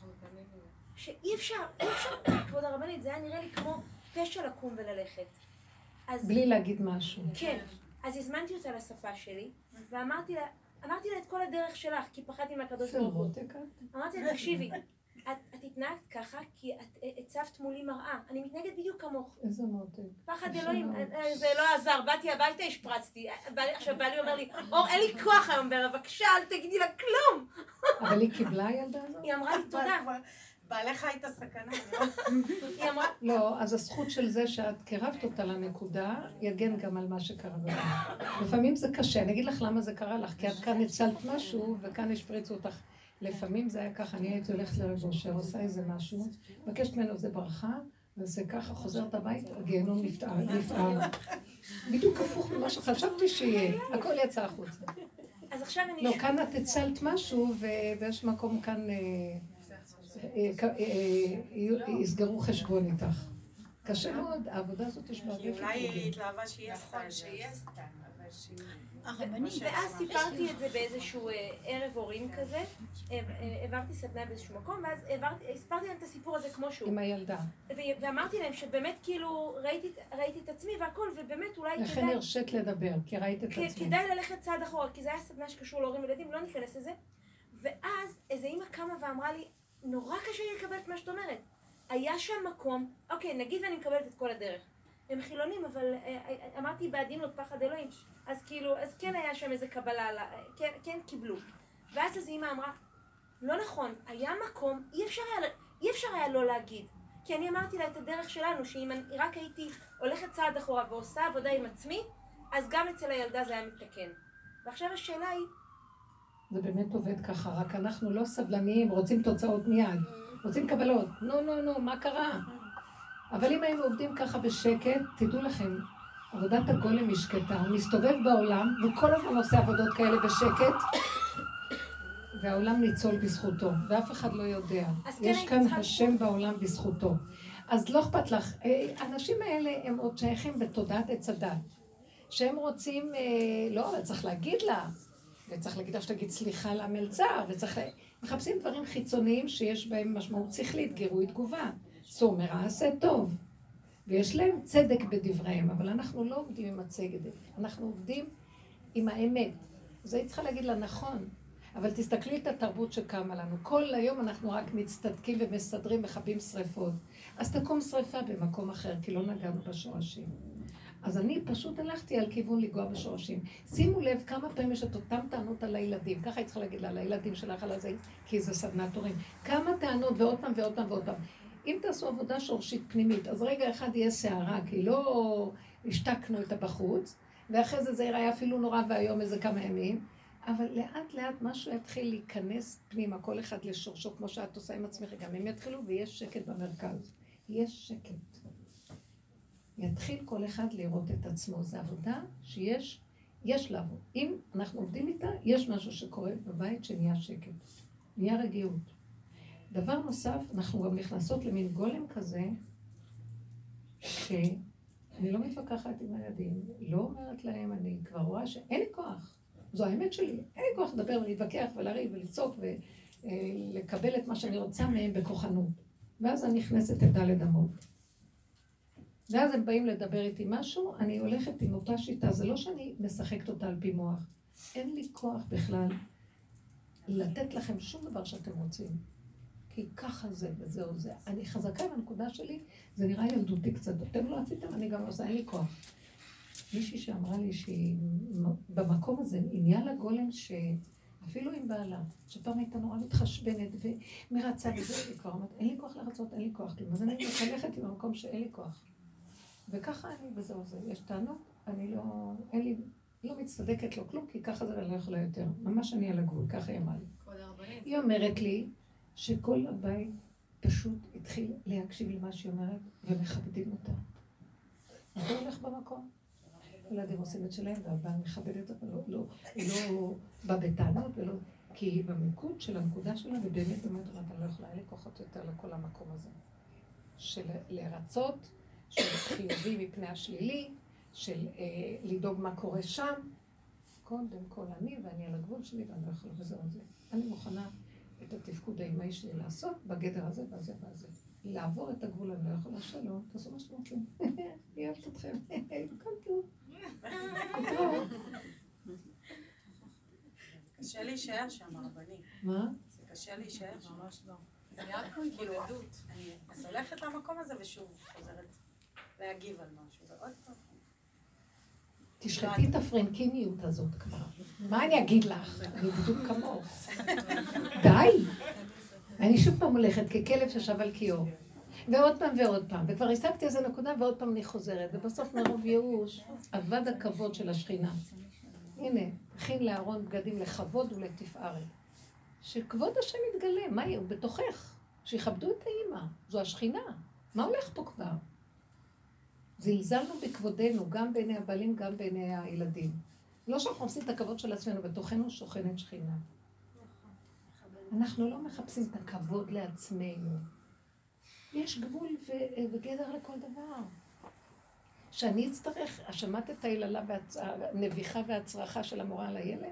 שאי אפשר, אי אפשר, כבוד הרבנית, זה היה נראה לי כמו פשע לקום וללכת. אז... בלי להגיד משהו. כן. אז הזמנתי אותה לשפה שלי, ואמרתי לה, אמרתי לה את כל הדרך שלך, כי פחדתי מהקדוש ברוך הוא. אמרתי לה, תקשיבי, את, את התנהגת ככה, כי את הצבת מולי מראה. אני מתנהגת בדיוק כמוך. איזה מותק. פחד אלוהים, זה לא עזר, באתי הביתה, השפרצתי. עכשיו בעלי אומר לי, אור, אין לי כוח היום בערב, בבקשה, אל תגידי לה כלום. אבל היא קיבלה הילדה הזאת? היא אמרה לי תודה. בעליך הייתה סכנה. היא אמרה... לא, אז הזכות של זה שאת קרבת אותה לנקודה, יגן גם על מה שקרה לך. לפעמים זה קשה, אני אגיד לך למה זה קרה לך, כי את כאן הצלת משהו, וכאן השפריצו אותך. לפעמים זה היה ככה, אני הייתי הולכת לרב אושר, עושה איזה משהו, מבקשת ממנו איזה ברכה, וזה ככה חוזרת הבית, הגיהנום נפטר, נפטר. בדיוק הפוך ממה שחשבתי שיהיה, הכל יצא החוצה. אז עכשיו אני... לא, כאן את הצלת משהו, ויש מקום כאן... יסגרו חשבון איתך. קשה מאוד, העבודה הזאת יש בהרבה אולי היא התלהבה שהיא עשתה ואז סיפרתי את זה באיזשהו ערב הורים כזה, העברתי סדנה באיזשהו מקום, ואז הספרתי להם את הסיפור הזה כמו שהוא. עם הילדה. ואמרתי להם שבאמת כאילו ראיתי את עצמי והכל, ובאמת אולי כדאי... לכן הרשית לדבר, כי ראית את עצמי. כדאי ללכת צעד אחורה, כי זה היה סדנה שקשור להורים וילדים, לא ניכנס לזה. ואז איזו אמא קמה ואמרה לי, נורא קשה לי לקבל את מה שאת אומרת. היה שם מקום, אוקיי, נגיד ואני מקבלת את כל הדרך. הם חילונים, אבל אמרתי בעדינות פחד אלוהים. אז כאילו, אז כן היה שם איזה קבלה, כן, כן קיבלו. ואז אז אמא אמרה, לא נכון, היה מקום, אי אפשר היה, אי אפשר היה לא להגיד. כי אני אמרתי לה את הדרך שלנו, שאם אני רק הייתי הולכת צעד אחורה ועושה עבודה עם עצמי, אז גם אצל הילדה זה היה מתקן. ועכשיו השאלה היא, זה באמת עובד ככה, רק אנחנו לא סבלניים, רוצים תוצאות מיד, רוצים קבלות, נו, נו, נו, מה קרה? אבל אם היינו עובדים ככה בשקט, תדעו לכם, עבודת הגולם היא שקטה, הוא מסתובב בעולם, וכל הזמן עושה עבודות כאלה בשקט, והעולם ניצול בזכותו, ואף אחד לא יודע. יש כאן השם בעולם בזכותו. אז לא אכפת לך, האנשים האלה הם עוד שייכים בתודעת עץ הדת, שהם רוצים, לא, אבל צריך להגיד לה, וצריך להגיד לה שתגיד סליחה למלצר, וצריך... מחפשים דברים חיצוניים שיש בהם משמעות שכלית, גירוי תגובה. סומר, עשה טוב. ויש להם צדק בדבריהם, אבל אנחנו לא עובדים עם הצדק, אנחנו עובדים עם האמת. אז היית צריכה להגיד לה נכון, אבל תסתכלי את התרבות שקמה לנו. כל היום אנחנו רק מצטדקים ומסדרים, מכבים שריפות. אז תקום שריפה במקום אחר, כי לא נגענו בשורשים. אז אני פשוט הלכתי על כיוון לגוע בשורשים. שימו לב כמה פעמים יש את אותם טענות על הילדים. ככה היא צריכה להגיד לה, על הילדים שלך, על הזה, כי זה סדנת הורים. כמה טענות ועוד פעם ועוד פעם ועוד פעם. אם תעשו עבודה שורשית פנימית, אז רגע אחד יהיה שערה, כי לא השתקנו את הבחוץ, ואחרי זה זה יראה אפילו נורא והיום איזה כמה ימים, אבל לאט לאט משהו יתחיל להיכנס פנימה, כל אחד לשורשו, כמו שאת עושה עם עצמך, גם הם יתחילו ויש שקט במרכז. יש שקט. יתחיל כל אחד לראות את עצמו. זו עבודה שיש, יש לעבוד. אם אנחנו עובדים איתה, יש משהו שקורה בבית שנהיה שקט. נהיה רגיעות. דבר נוסף, אנחנו גם נכנסות למין גולם כזה, שאני לא מתווכחת עם הילדים, לא אומרת להם, אני כבר רואה שאין לי כוח. זו האמת שלי. אין לי כוח לדבר ולהתווכח ולריב ולצעוק ולקבל את מה שאני רוצה מהם בכוחנות. ואז אני נכנסת את דלת אמות. ואז הם באים לדבר איתי משהו, אני הולכת עם אותה שיטה. זה לא שאני משחקת אותה על פי מוח. אין לי כוח בכלל לתת לכם שום דבר שאתם רוצים. כי ככה זה וזהו זה. אני חזקה בנקודה שלי, זה נראה ילדותי קצת. אתם לא עשיתם, אני גם עושה, אין לי כוח. מישהי שאמרה לי שהיא במקום הזה, עניין לגולם שאפילו עם בעלה, שפעם הייתה נורא מתחשבנת ומרצה וזה, היא כבר אומרת, אין לי כוח לרצות, אין לי כוח. אז אני מתחלכת עם המקום שאין לי כוח. וככה אני וזהו זה. יש טענות, אני לא, אין לי, לא מצטדקת לו כלום, כי ככה זה לא יכולה יותר. ממש אני על הגבול, ככה היא אמרה לי. היא אומרת לי שכל הבית פשוט התחיל להקשיב למה שהיא אומרת, ומכבדים אותה. אתה הולך במקום. ילדים עושים את שלהם, והבא מכבד את זה, לא, לא, לא בא בטענות, ולא, כי היא במיקוד של הנקודה שלה, ובאמת אומרת, אני לא יכולה, אין לי כוחות יותר לכל המקום הזה. של לרצות, של חיובי מפני השלילי, של אה, לדאוג מה קורה שם. קודם כל אני, ואני על הגבול שלי, ואני לא יכולה וזהו זה. אני מוכנה את התפקוד האימהי שלי לעשות בגדר הזה והזה והזה. לעבור את הגבול אני לא יכולה שלום, תעשו מה שאתם רוצים. אני אוהבת אתכם. כל טוב. קשה להישאר שם, הרבני. מה? זה קשה להישאר שם. ממש לא. זה נראה כמו התמודדות. אני הולכת למקום הזה ושוב חוזרת להגיב על משהו. ועוד פעם. תשחטי את הפרנקיניות הזאת כבר. מה אני אגיד לך? אני בדיוק כמוך. די. אני שוב פעם הולכת ככלב ששב על קיור. ועוד פעם ועוד פעם. וכבר השגתי איזה נקודה ועוד פעם אני חוזרת. ובסוף מרוב ייאוש, אבד הכבוד של השכינה. הנה, הכין לארון בגדים לכבוד ולתפארת. שכבוד השם יתגלה. מה יהיה? הוא בתוכך. שיכבדו את האמא. זו השכינה. מה הולך פה כבר? זלזלנו בכבודנו, גם בעיני הבעלים, גם בעיני הילדים. לא שאנחנו עושים את הכבוד של עצמנו, בתוכנו שוכנת שכינה. אנחנו לא מחפשים את הכבוד לעצמנו. יש גבול ו- וגדר לכל דבר. שאני אצטרך, שמעת את היללה והנביחה והצרחה של המורה על הילד?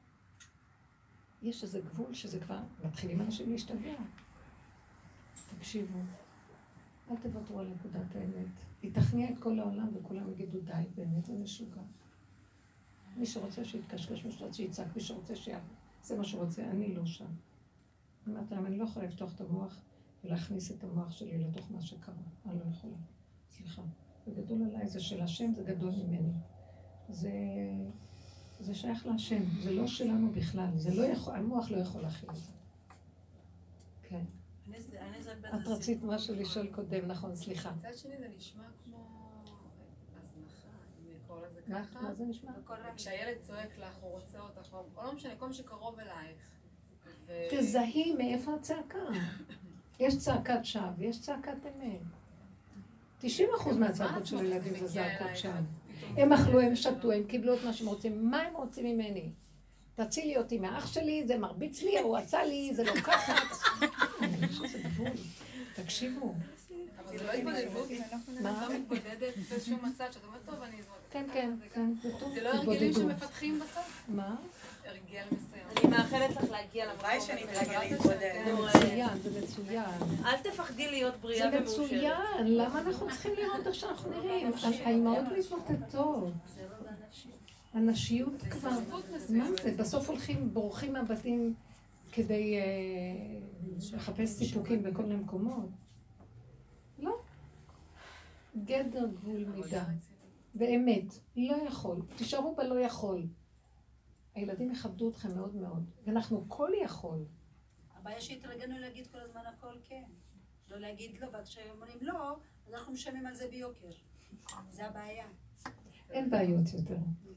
יש איזה גבול שזה כבר, מתחילים אנשים להשתגע. תקשיבו, אל תוותרו על נקודת האמת. היא תכניע את כל העולם וכולם יגידו די, באמת זה משוגע. מי שרוצה שיתקשקש, מי שרוצה שיצעק, מי שרוצה שיעשה מה שרוצה, אני לא שם. אני אומרת להם, אני לא יכולה לפתוח את המוח ולהכניס את המוח שלי לתוך מה שקרה. אני לא יכולה. סליחה. זה גדול עליי, זה של השם, זה גדול ממני. זה, זה שייך להשם, זה לא שלנו בכלל. זה לא יכול, המוח לא יכול להכיל את זה. כן. את רצית משהו לשאול קודם, נכון, סליחה. מצד שני זה נשמע כמו הזנחה, אם לקרוא לזה ככה. מה זה נשמע? כשהילד צועק לך, הוא רוצה אותך, או לא משנה, כל מה שקרוב אלייך. תזהי מאיפה הצעקה. יש צעקת שווא ויש צעקת אמת. תשעים אחוז מהצעקות של ילדים זה צעקות שווא. הם אכלו, הם שתו, הם קיבלו את מה שהם רוצים. מה הם רוצים ממני? תצילי אותי מאח שלי, זה מרביץ לי, הוא עשה לי, זה לא ככה. אני חושב שזה גבול. תקשיבו. אבל זה לא התבודדות. מה? לא מתבודדת באיזשהו מצד שאת אומרת, טוב, אני אזרוק. כן, כן, כן, זה טוב. זה לא הרגלים שמפתחים בסוף? מה? הרגל מסוים. אני מאחלת לך להגיע למקום. אולי שאני תרגל להתבודד. זה מצוין, זה מצוין. אל תפחדי להיות בריאה ומאושרת. זה מצוין, למה אנחנו צריכים לראות איך שאנחנו נראים? האימהות מתמוטטות. הנשיות כבר, מה זה? בסוף הולכים, בורחים מהבתים כדי לחפש סיפוקים בכל מיני מקומות. לא. גדר גבול מידה. באמת, לא יכול. תשארו בלא יכול. הילדים יכבדו אתכם מאוד מאוד. ואנחנו כל יכול. הבעיה שהתרגלנו להגיד כל הזמן הכל כן. לא להגיד לא, וכשאומרים לא, אז אנחנו משלמים על זה ביוקר. זה הבעיה. אין בעיות יותר.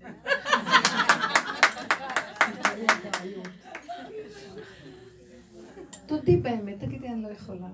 תודי באמת, תגידי אני לא יכולה.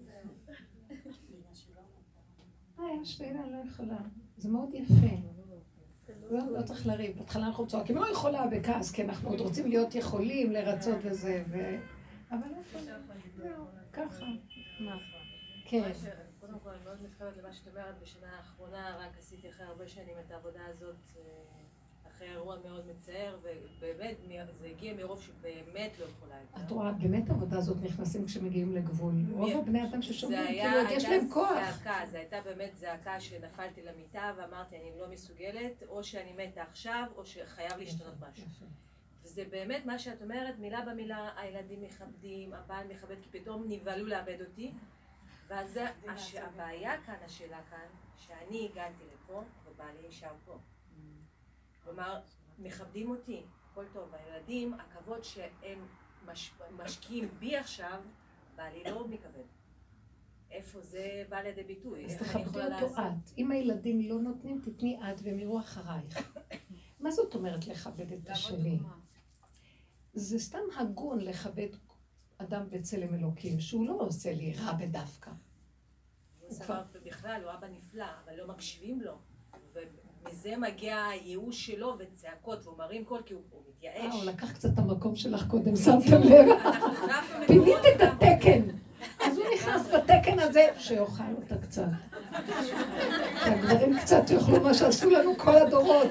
אה, יש לי, אני לא יכולה. זה מאוד יפה. לא צריך לריב. בהתחלה אנחנו צועקים, לא יכולה בכעס, כי אנחנו עוד רוצים להיות יכולים לרצות וזה, אבל לא יכולה. ככה. מה? כן. קודם כל, אני מאוד מתחברת למה שאת אומרת, בשנה האחרונה רק עשיתי אחרי הרבה שנים את העבודה הזאת אחרי אירוע מאוד מצער, ובאמת זה הגיע מרוב שבאמת לא יכולה הייתה. את רואה, באמת העבודה הזאת נכנסים כשמגיעים לגבול. רוב הבני אדם ששומעים, זה כאילו עוד יש להם כוח. זעקה, זה הייתה באמת זעקה שנפלתי למיטה ואמרתי, אני לא מסוגלת, או שאני מתה עכשיו, או שחייב להשתנות משהו. וזה באמת מה שאת אומרת, מילה במילה, הילדים מכבדים, הבעל מכבד, כי פתאום נבהלו לאבד אותי. ואז זה, הבעיה כאן, השאלה כאן, שאני הגעתי לפה, ובעלי נשאר פה. כלומר, מכבדים אותי, הכל טוב. הילדים, הכבוד שהם מש, משקיעים בי עכשיו, בעלי לא מכבד. איפה זה בא לידי ביטוי? אז תכבדי אותו את. אם הילדים לא נותנים, תתני את והם יראו אחרייך. מה זאת אומרת לכבד את השני? זה סתם הגון לכבד אדם בצלם אלוקים, שהוא לא עושה לי רע בדווקא. הוא סבב בכלל, הוא אבא נפלא, אבל לא מקשיבים לו. ומזה מגיע הייאוש שלו וצעקות, והוא מרים קול כי הוא מתייאש. אה, הוא לקח קצת את המקום שלך קודם, שמתם לב. פינית את התקן. אז הוא נכנס בתקן הזה, שיאכל אותה קצת. הגברים קצת יאכלו מה שעשו לנו כל הדורות.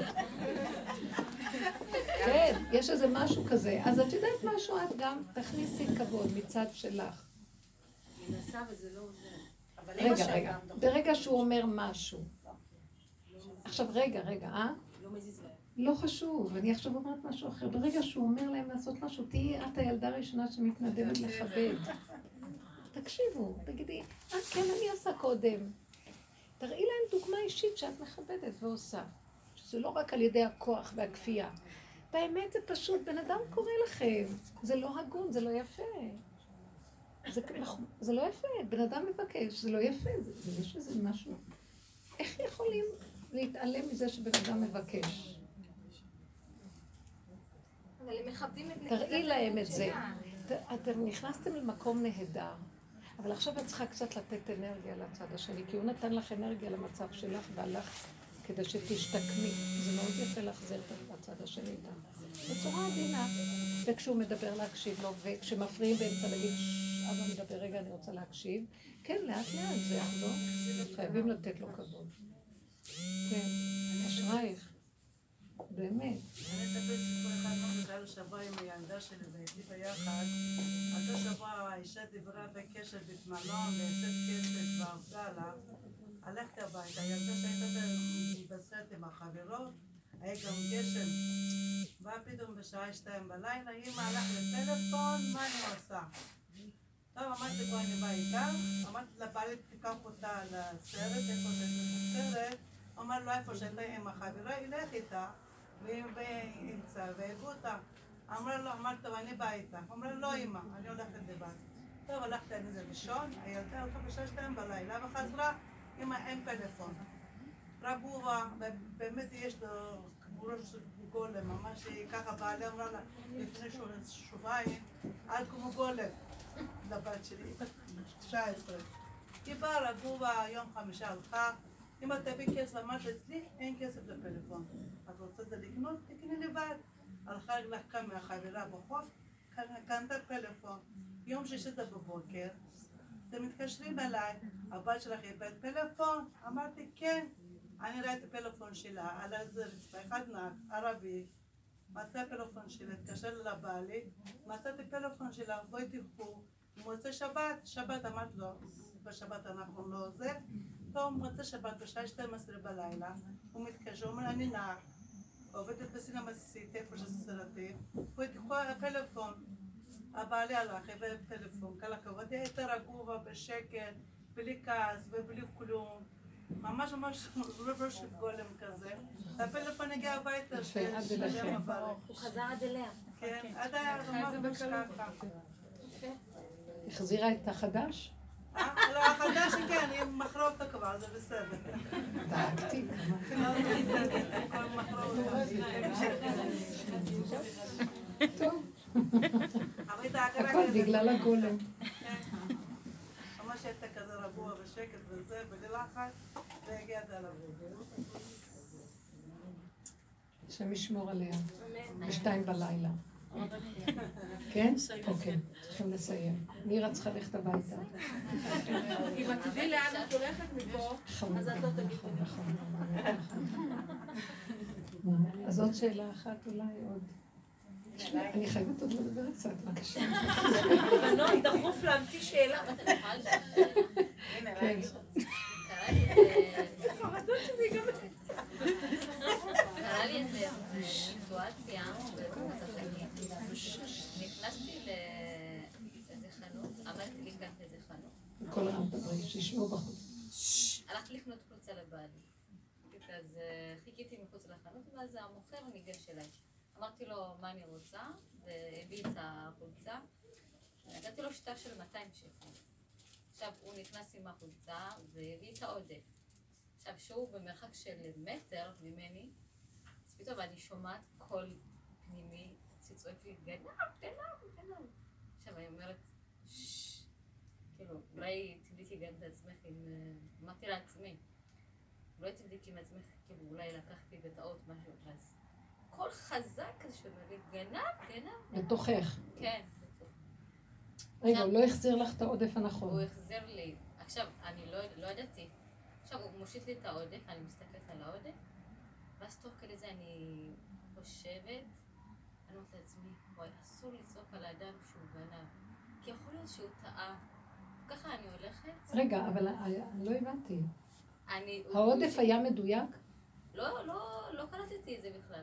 כן, יש איזה משהו כזה. אז את יודעת משהו, את גם תכניסי כבוד מצד שלך. מנסה וזה לא עוזר. רגע, רגע. ברגע שהוא אומר משהו. עכשיו, רגע, רגע, אה? לא מזיז להם. לא חשוב, אני עכשיו אומרת משהו אחר. ברגע שהוא אומר להם לעשות משהו, תהיי את הילדה הראשונה שמתנדבת לכבד. תקשיבו, תגידי, אה, כן, אני עושה קודם. תראי להם דוגמה אישית שאת מכבדת ועושה. שזה לא רק על ידי הכוח והכפייה. באמת זה פשוט, בן אדם קורא לכם. זה לא הגון, זה לא יפה. זה, זה לא יפה, בן אדם מבקש, זה לא יפה, זה, זה יש איזה משהו. איך יכולים להתעלם מזה שבן אדם מבקש? אבל הם מכבדים את... תראי להם את זה. אתם נכנסתם למקום נהדר, אבל עכשיו את צריכה קצת לתת אנרגיה לצד השני, כי הוא נתן לך אנרגיה למצב שלך והלך כדי שתשתקמי. זה מאוד יפה להחזיר את הצד השני איתה. בצורה עדינה. וכשהוא מדבר להקשיב לו, וכשמפריעים באמצע להגיד, אבא מדבר, רגע, אני רוצה להקשיב. כן, לאט לאט, זה יחזור. חייבים לתת לו כבוד. כן, אשרייך. באמת. אני אספר שכל אחד מה שקרה שבוע עם הילדה שלי והייתי ביחד. אותו שבוע האישה דיברה בקשר בתמלון והפסד כסף והרסה לה. הלכתי הביתה, הילדה שהייתה בסרט עם החברות, היה גם גשם. באה פתאום בשעה שתיים בלילה, אמא הלך לטלפון, מה אני עושה? טוב, אמרתי בוא אני באה איתה, אמרתי לבעלי תיקח אותה לסרט, איפה שהייתה לסרט, אמר לו איפה שהייתה עם החברה, ילך איתה, ואמצע, והגו אותה. אמרה לו, אמרת טוב, אני באה איתה. אמרה לו, לא אמא, אני הולכת לבד. טוב, הלכתי אני זה ראשון, הילדה הלכה בשעה שתיים בלילה וחזרה, אמא אין פלאפון. רבובה, באמת יש לו ראש גולם, ממש ככה בעלי אמרה לה, לפני שבועיים, אל כמו גולם. לבת שלי, תשע עשרה. היא באה רבובה, יום חמישה הלכה, אם את תביא כסף, אמרת אצלי, אין כסף לפלאפון. את רוצה זה לקנות? תקני לבד. הלכה לקחה מהחברה בחוף, קנתה פלאפון. יום שישי זה בבוקר, אתם מתקשרים אליי, הבת שלך איבד פלאפון? אמרתי כן. אני ראיתי פלאפון שלה, על איזה רצפה, אחד נעק, ערבי. מצא פלאפון שלה, התקשר לבעלי, מצאתי פלאפון שלה, בואי תלכו. הוא מוצא שבת, שבת אמרת לו, בשבת אנחנו לא זה. טוב, מוצא שבת בשעה שתים עשרה בלילה, הוא מתקשר, הוא אומר, אני נעק, עובדת בסינמה סיט, איפה שזה סרטים, בואי תלכו הפלאפון. הבעלי הלך, הביא פלאפון, כל הכבוד, הייתה רגובה בשקט, בלי כעס ובלי כלום. ממש ממש ראש גולם כזה. הפלאפון הגיע הביתה. הוא חזר עד אליה. כן, עד היה ממש ככה. החזירה את החדש? אה? לא, החדש כן, היא מכרה אותה כבר, זה בסדר. דאגתי. כל מכרה אותה. טוב. הכל בגלל הגולם. ממש הייתה כזה רגוע ושקט וזה, בלי לחץ, והגיע עד עליו. השם ישמור עליה. בשתיים בלילה. כן? אוקיי, צריכים לסיים. מירה צריכה ללכת הביתה. אם את תדעי לאן את הולכת מפה, אז את לא תגידי. נכון, נכון. אז עוד שאלה אחת אולי עוד. אני חייבת עוד לדבר קצת, בבקשה. לא, דחוף להמציא שאלה. כן. קרה לי איזה סיטואציה, נכנסתי לאיזה חנות, אמרתי לי כאן איזה חנות. כל הרם דברי, שישמעו בחוץ. הלכתי לקנות חולצה לבעלי. אז חיכיתי מחוץ לחנות, ואז המוכר ניגש אליי. אמרתי לו מה אני רוצה, והביא את החולצה. נתתי לו שטר של מאתיים שקל. עכשיו הוא נכנס עם החולצה והביא את העודף. עכשיו שהוא במרחק של מטר ממני, אז פתאום אני שומעת קול פנימי, שצועק לי גנב, גנב, גנב. עכשיו אני אומרת, ששש, כאילו, אולי תבדיקי גם את עצמך אם... אמרתי לעצמי, אולי תבדיקי עם עצמך, כאילו, אולי לקחתי בטעות משהו, אז קול חזק כזה שאומר לי, גנב, גנב. בתוכך. כן. רגע, הוא לא החזיר לך את העודף הנכון. הוא החזיר לי. עכשיו, אני לא ידעתי. עכשיו, הוא מושיט לי את העודף, אני מסתכלת על העודף, ואז תוך כדי זה אני חושבת, אני אומרת לעצמי, וואי, אסור לצעוק על האדם שהוא גנב, כי יכול להיות שהוא טעה. ככה אני הולכת. רגע, אבל אני לא הבנתי. אני... העודף היה מדויק? לא, לא, לא קלטתי את זה בכלל.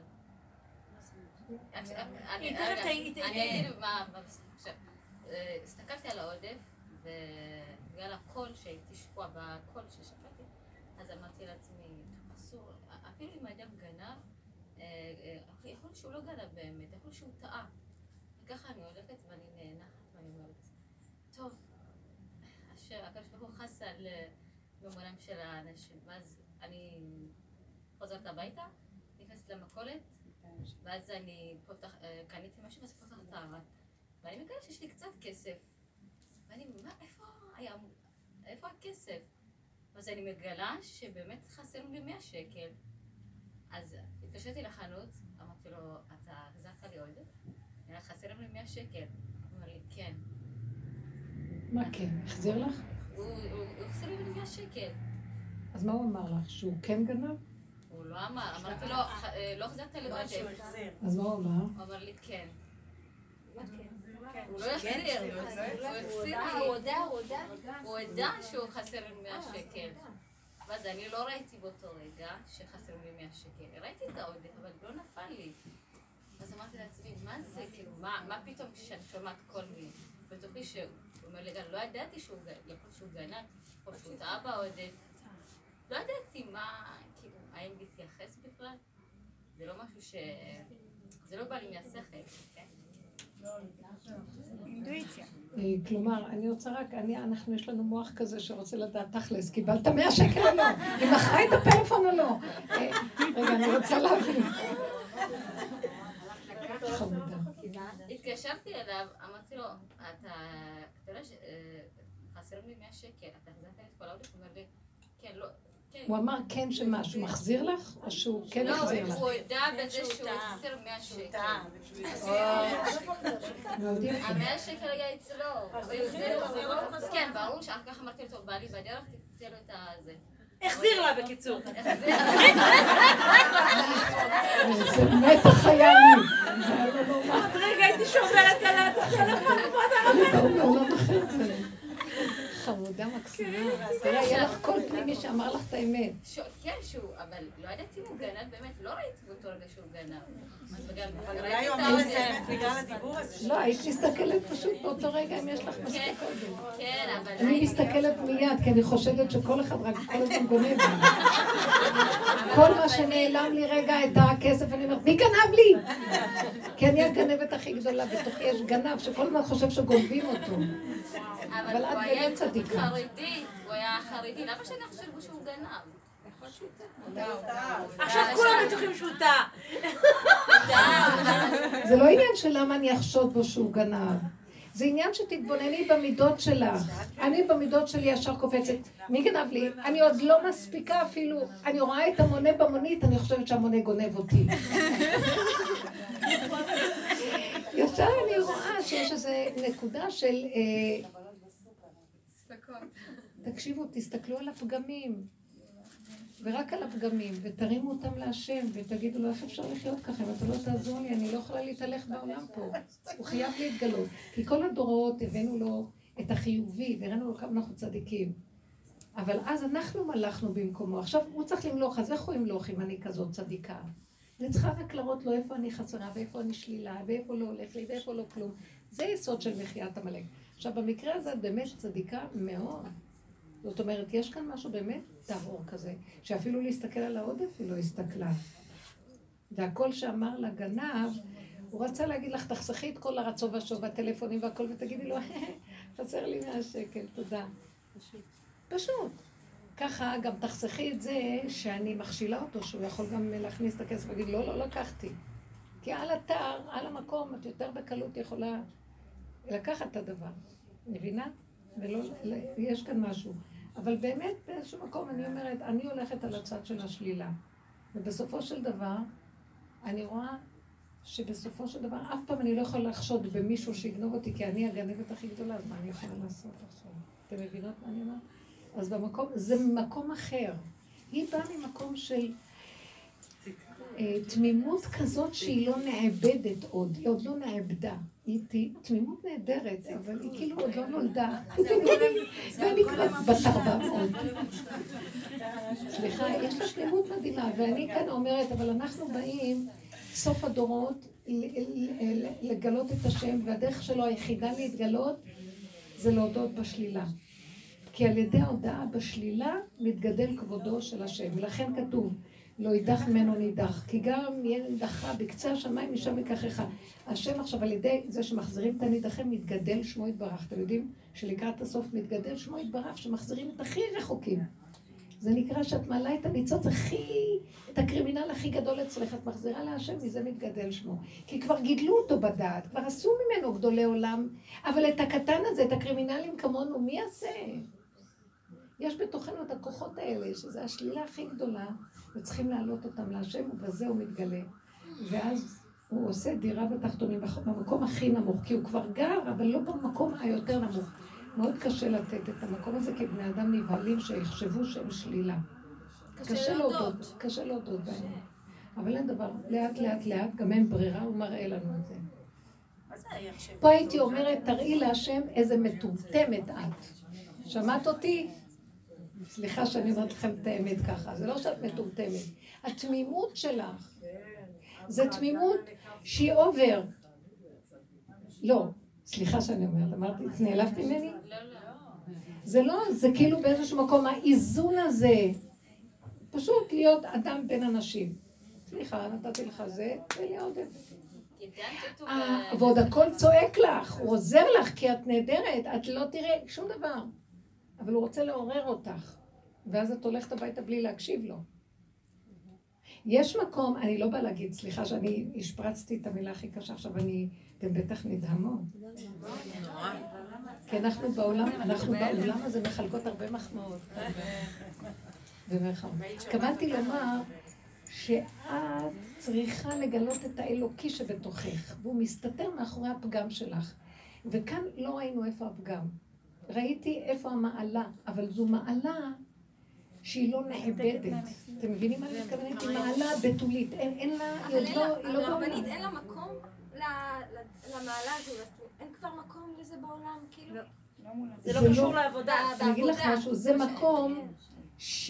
היא תכף תהיית... אני אגיד מה... עכשיו, הסתכלתי על העודף, ובגלל הקול שהייתי שקוע בקול ששפטתי, אז אמרתי לעצמי, אסור, אפילו אם האדם גנב, יכול שהוא לא גנב באמת, יכול שהוא טעה. וככה אני הולכת ואני נאנחת ואני אומרת, טוב, הקדוש ברוך הוא חס על ממונם של האנשים. ואז אני חוזרת הביתה, נכנסת למכולת, ואז אני פותח, קניתי משהו ואז פותחת את הארון. ואני מגלה שיש לי קצת כסף. ואני, מה, איפה היה, איפה הכסף? אז אני מגלה שבאמת חסר לי מאה שקל. אז התקשרתי לחנות, אמרתי לו, אתה החזרת לי עודף? אני חסר לי מאה שקל. הוא אומר לי, כן. מה כן? החזיר לך? הוא החסר לי מאה שקל. אז מה הוא אמר לך? שהוא כן גנב? הוא לא אמר, אמרתי לו, לא החזרת לי עודף. אז מה הוא אמר? הוא אמר לי, כן. הוא לא יחזיר, הוא יחזיר לי. הוא הודע, הוא הודע. הוא הודע שהוא חסר לי מאה שקל. ואז אני לא ראיתי באותו רגע שחסר לי מאה שקל. ראיתי את העודף, אבל לא נפל לי. אז אמרתי לעצמי, מה זה, כאילו, מה פתאום כשאני שומעת קול מי? בתוכי שהוא אומר לי, לא ידעתי שהוא גנב, או שהוא טעה בעודף. לא ידעתי מה, כאילו, האם להתייחס בכלל? זה לא משהו ש... זה לא בא לי מהשכל, כן? אינטואיציה. כלומר, אני רוצה רק, אנחנו יש לנו מוח כזה שרוצה לדעת תכלס, קיבלת מאה שקל או לא? היא מכרה את הפלאפון או לא? רגע, אני רוצה להבין. חמודה. התקשרתי אליו, אמרתי לו, אתה יודע שחסר לי מאה שקל, אתה החזרת את כל העודף? הוא אומר לי, כן, לא, כן. הוא אמר כן שמשהו, מחזיר לך? או שהוא כן החזיר לך? לא, הוא יודע בזה שהוא החסר מאה שקל. המאה שקל היה אצלו. כן, ברור שאחר כך אמרתי לו, בא לי בדרך, תקצה לו את הזה. החזיר לה בקיצור. זה מתח היה לי. עוד רגע הייתי שומרת על הטלפון כבוד הרבנית. חמודה מקסימה. תראה, היה לך קול פנימי שאמר לך את האמת. כן, שהוא, אבל לא ידעתי אם הוא גנב, באמת, לא ראיתי באותו רגע שהוא גנב. אבל אולי הוא אמר את זה בגלל הדיבור הזה. לא, היית מסתכלת פשוט באותו רגע אם יש לך מספיק קודם. כן, אבל... אני מסתכלת מיד, כי אני חושבת שכל אחד רק כל הזמן גונב. כל מה שנעלם לי רגע את הכסף, אני אומרת, מי גנב לי? כי אני הגנבת הכי גדולה, בתוכי יש גנב שכל הזמן חושב שגונבים אותו. אבל הוא היה חרדי, הוא היה חרדי, למה שאני חושב שהוא גנב? עכשיו כולם בטוחים שהוא טעה. זה לא עניין של למה אני אחשוד בו שהוא גנב. זה עניין שתתבונני במידות שלך. אני במידות שלי ישר קופצת. מי גנב לי? אני עוד לא מספיקה אפילו. אני רואה את המונה במונית, אני חושבת שהמונה גונב אותי. ישר אני רואה שיש איזו נקודה של... תקשיבו, תסתכלו על הפגמים. ורק על הפגמים, ותרימו אותם להשם, ותגידו לו, איך אפשר לחיות ככה? אם אתה לא תעזור לי, אני לא יכולה להתהלך בעולם פה. הוא חייב להתגלות. כי כל הדורות הבאנו לו את החיובי, והראינו לו כמה אנחנו צדיקים. אבל אז אנחנו מלכנו במקומו. עכשיו הוא צריך למלוך, אז איך הוא ימלוך אם אני כזאת צדיקה? אני צריכה רק להראות לו איפה אני חסרה, ואיפה אני שלילה, ואיפה לא הולך לי, ואיפה לא כלום. זה יסוד של מחיית עמלק. עכשיו, במקרה הזה את באמת צדיקה מאוד. זאת אומרת, יש כאן משהו באמת טהור כזה, שאפילו להסתכל על העודף היא לא הסתכלה. והכל שאמר לגנב, הוא רצה להגיד לך, תחסכי את כל הרצו והשוב והטלפונים והכל, ותגידי לו, חסר לי מאה שקל, תודה. פשוט. פשוט. ככה גם תחסכי את זה שאני מכשילה אותו, שהוא יכול גם להכניס את הכסף ולהגיד, לא, לא לקחתי. כי על אתר, על המקום, את יותר בקלות יכולה לקחת את הדבר. מבינה? ולא, יש כאן משהו. אבל באמת באיזשהו מקום אני אומרת, אני הולכת על הצד של השלילה. ובסופו של דבר, אני רואה שבסופו של דבר, אף פעם אני לא יכולה לחשוד במישהו שיגנוב אותי, כי אני הגנבת הכי גדולה, אז מה אני יכולה לעשות עכשיו? אתם מבינות מה אני אומרת? אז במקום, זה מקום אחר. היא באה ממקום של אה, תמימות כזאת שהיא לא נאבדת עוד, היא עוד לא נאבדה. היא תמימות נהדרת, אבל היא כאילו עוד לא נולדה. ואני כבר בת ארבע מאות. סליחה, יש לה תמימות מדהימה, ואני כאן אומרת, אבל אנחנו באים סוף הדורות לגלות את השם, והדרך שלו היחידה להתגלות זה להודות בשלילה. כי על ידי ההודעה בשלילה מתגדל כבודו של השם, ולכן כתוב, לא יידח ממנו נידח, כי גם יהיה נידחה בקצה השמיים משם ייקחך. השם עכשיו על ידי זה שמחזירים את הנידחים מתגדל שמו יתברך. אתם יודעים שלקראת הסוף מתגדל שמו יתברך, שמחזירים את הכי רחוקים. זה נקרא שאת מעלה את הניצוץ הכי, את הקרימינל הכי גדול אצלך, את מחזירה להשם, מזה מתגדל שמו. כי כבר גידלו אותו בדעת, כבר עשו ממנו גדולי עולם, אבל את הקטן הזה, את הקרימינלים כמונו, מי יעשה? יש בתוכנו את הכוחות האלה, שזה השלילה הכי גדולה, וצריכים להעלות אותם להשם, ובזה הוא מתגלה. ואז הוא עושה דירה בתחתונים, במקום הכי נמוך, כי הוא כבר גר, אבל לא במקום היותר נמוך. מאוד קשה לתת את המקום הזה, כי בני אדם נבהלים שיחשבו שהם שלילה. קשה להודות, קשה להודות בהם. אבל אין דבר, לאט לאט לאט, גם אין ברירה, הוא מראה לנו את זה. פה הייתי אומרת, תראי להשם איזה מטומטמת את. שמעת אותי? סליחה שאני אומרת לכם את האמת ככה, זה לא שאת מטומטמת. התמימות שלך, זה תמימות שהיא עובר. לא, סליחה שאני אומרת, אמרתי, נעלבת ממני? זה לא, זה כאילו באיזשהו מקום, האיזון הזה, פשוט להיות אדם בין אנשים. סליחה, נתתי לך זה, ואלי עודף. ועוד הכל צועק לך, הוא עוזר לך כי את נהדרת, את לא תראה שום דבר. אבל הוא רוצה לעורר אותך, ואז את הולכת הביתה בלי להקשיב לו. יש מקום, אני לא באה להגיד, סליחה שאני השפרצתי את המילה הכי קשה, עכשיו אני, אתם בטח נדהמות. כי אנחנו בעולם, אנחנו בעולם הזה מחלקות הרבה מחמאות. התכוונתי לומר שאת צריכה לגלות את האלוקי שבתוכך, והוא מסתתר מאחורי הפגם שלך. וכאן לא ראינו איפה הפגם. ראיתי איפה המעלה, אבל זו מעלה שהיא לא נאבדת. אתם מבינים מה אני מתכוונת? היא מעלה בתולית, אין לה, היא עוד לא, היא לא בעולם. אבל אין לה מקום למעלה הזו, אין כבר מקום לזה בעולם, כאילו? זה לא קשור לעבודה. אני אגיד לך משהו, זה מקום ש...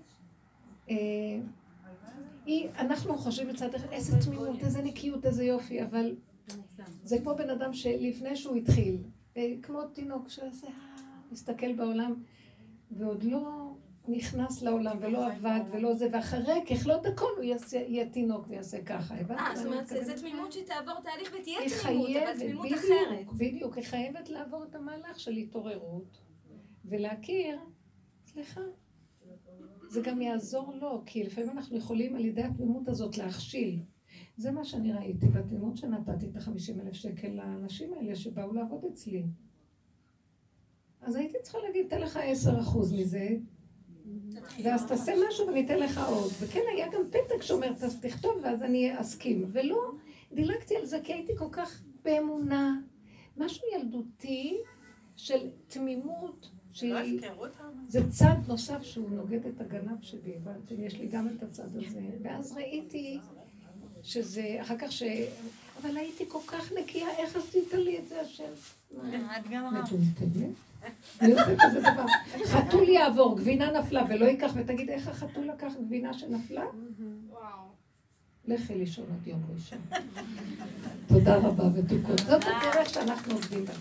אנחנו חושבים מצד אחד, איזה תמימות, איזה נקיות, איזה יופי, אבל זה כמו בן אדם שלפני שהוא התחיל, כמו תינוק שעושה, מסתכל בעולם, ועוד לא נכנס לעולם, ולא עבד, ולא זה, ואחרי ככלות הכל הוא יהיה תינוק ויעשה ככה. אה, זאת אומרת, זה תמימות שתעבור תהליך ותהיה תמימות, אבל תמימות אחרת. בדיוק, בדיוק, היא חייבת לעבור את המהלך של התעוררות, ולהכיר, סליחה, זה גם יעזור לו, כי לפעמים אנחנו יכולים על ידי התמימות הזאת להכשיל. זה מה שאני ראיתי בתמימות שנתתי את החמישים אלף שקל לאנשים האלה שבאו לעבוד אצלי. אז הייתי צריכה להגיד, תן לך עשר אחוז מזה, ואז תעשה משהו ואני אתן לך עוד. וכן, היה גם פתק שאומר, תכתוב ואז אני אסכים. ולא, דילגתי על זה כי הייתי כל כך באמונה. משהו ילדותי של תמימות שהיא... זה צד נוסף שהוא נוגד את הגנב שבי, הבנתם? יש לי גם את הצד הזה. ואז ראיתי שזה, אחר כך ש... אבל הייתי כל כך נקייה, איך עשית לי את זה, השם? את גם רב. מטומטמת? אני עושה כזה דבר. חתול יעבור, גבינה נפלה ולא ייקח, ותגיד איך החתול לקח גבינה שנפלה? לכי לישון עד יום ראשון. תודה רבה ותוקות. זאת הדרך שאנחנו עובדים בה.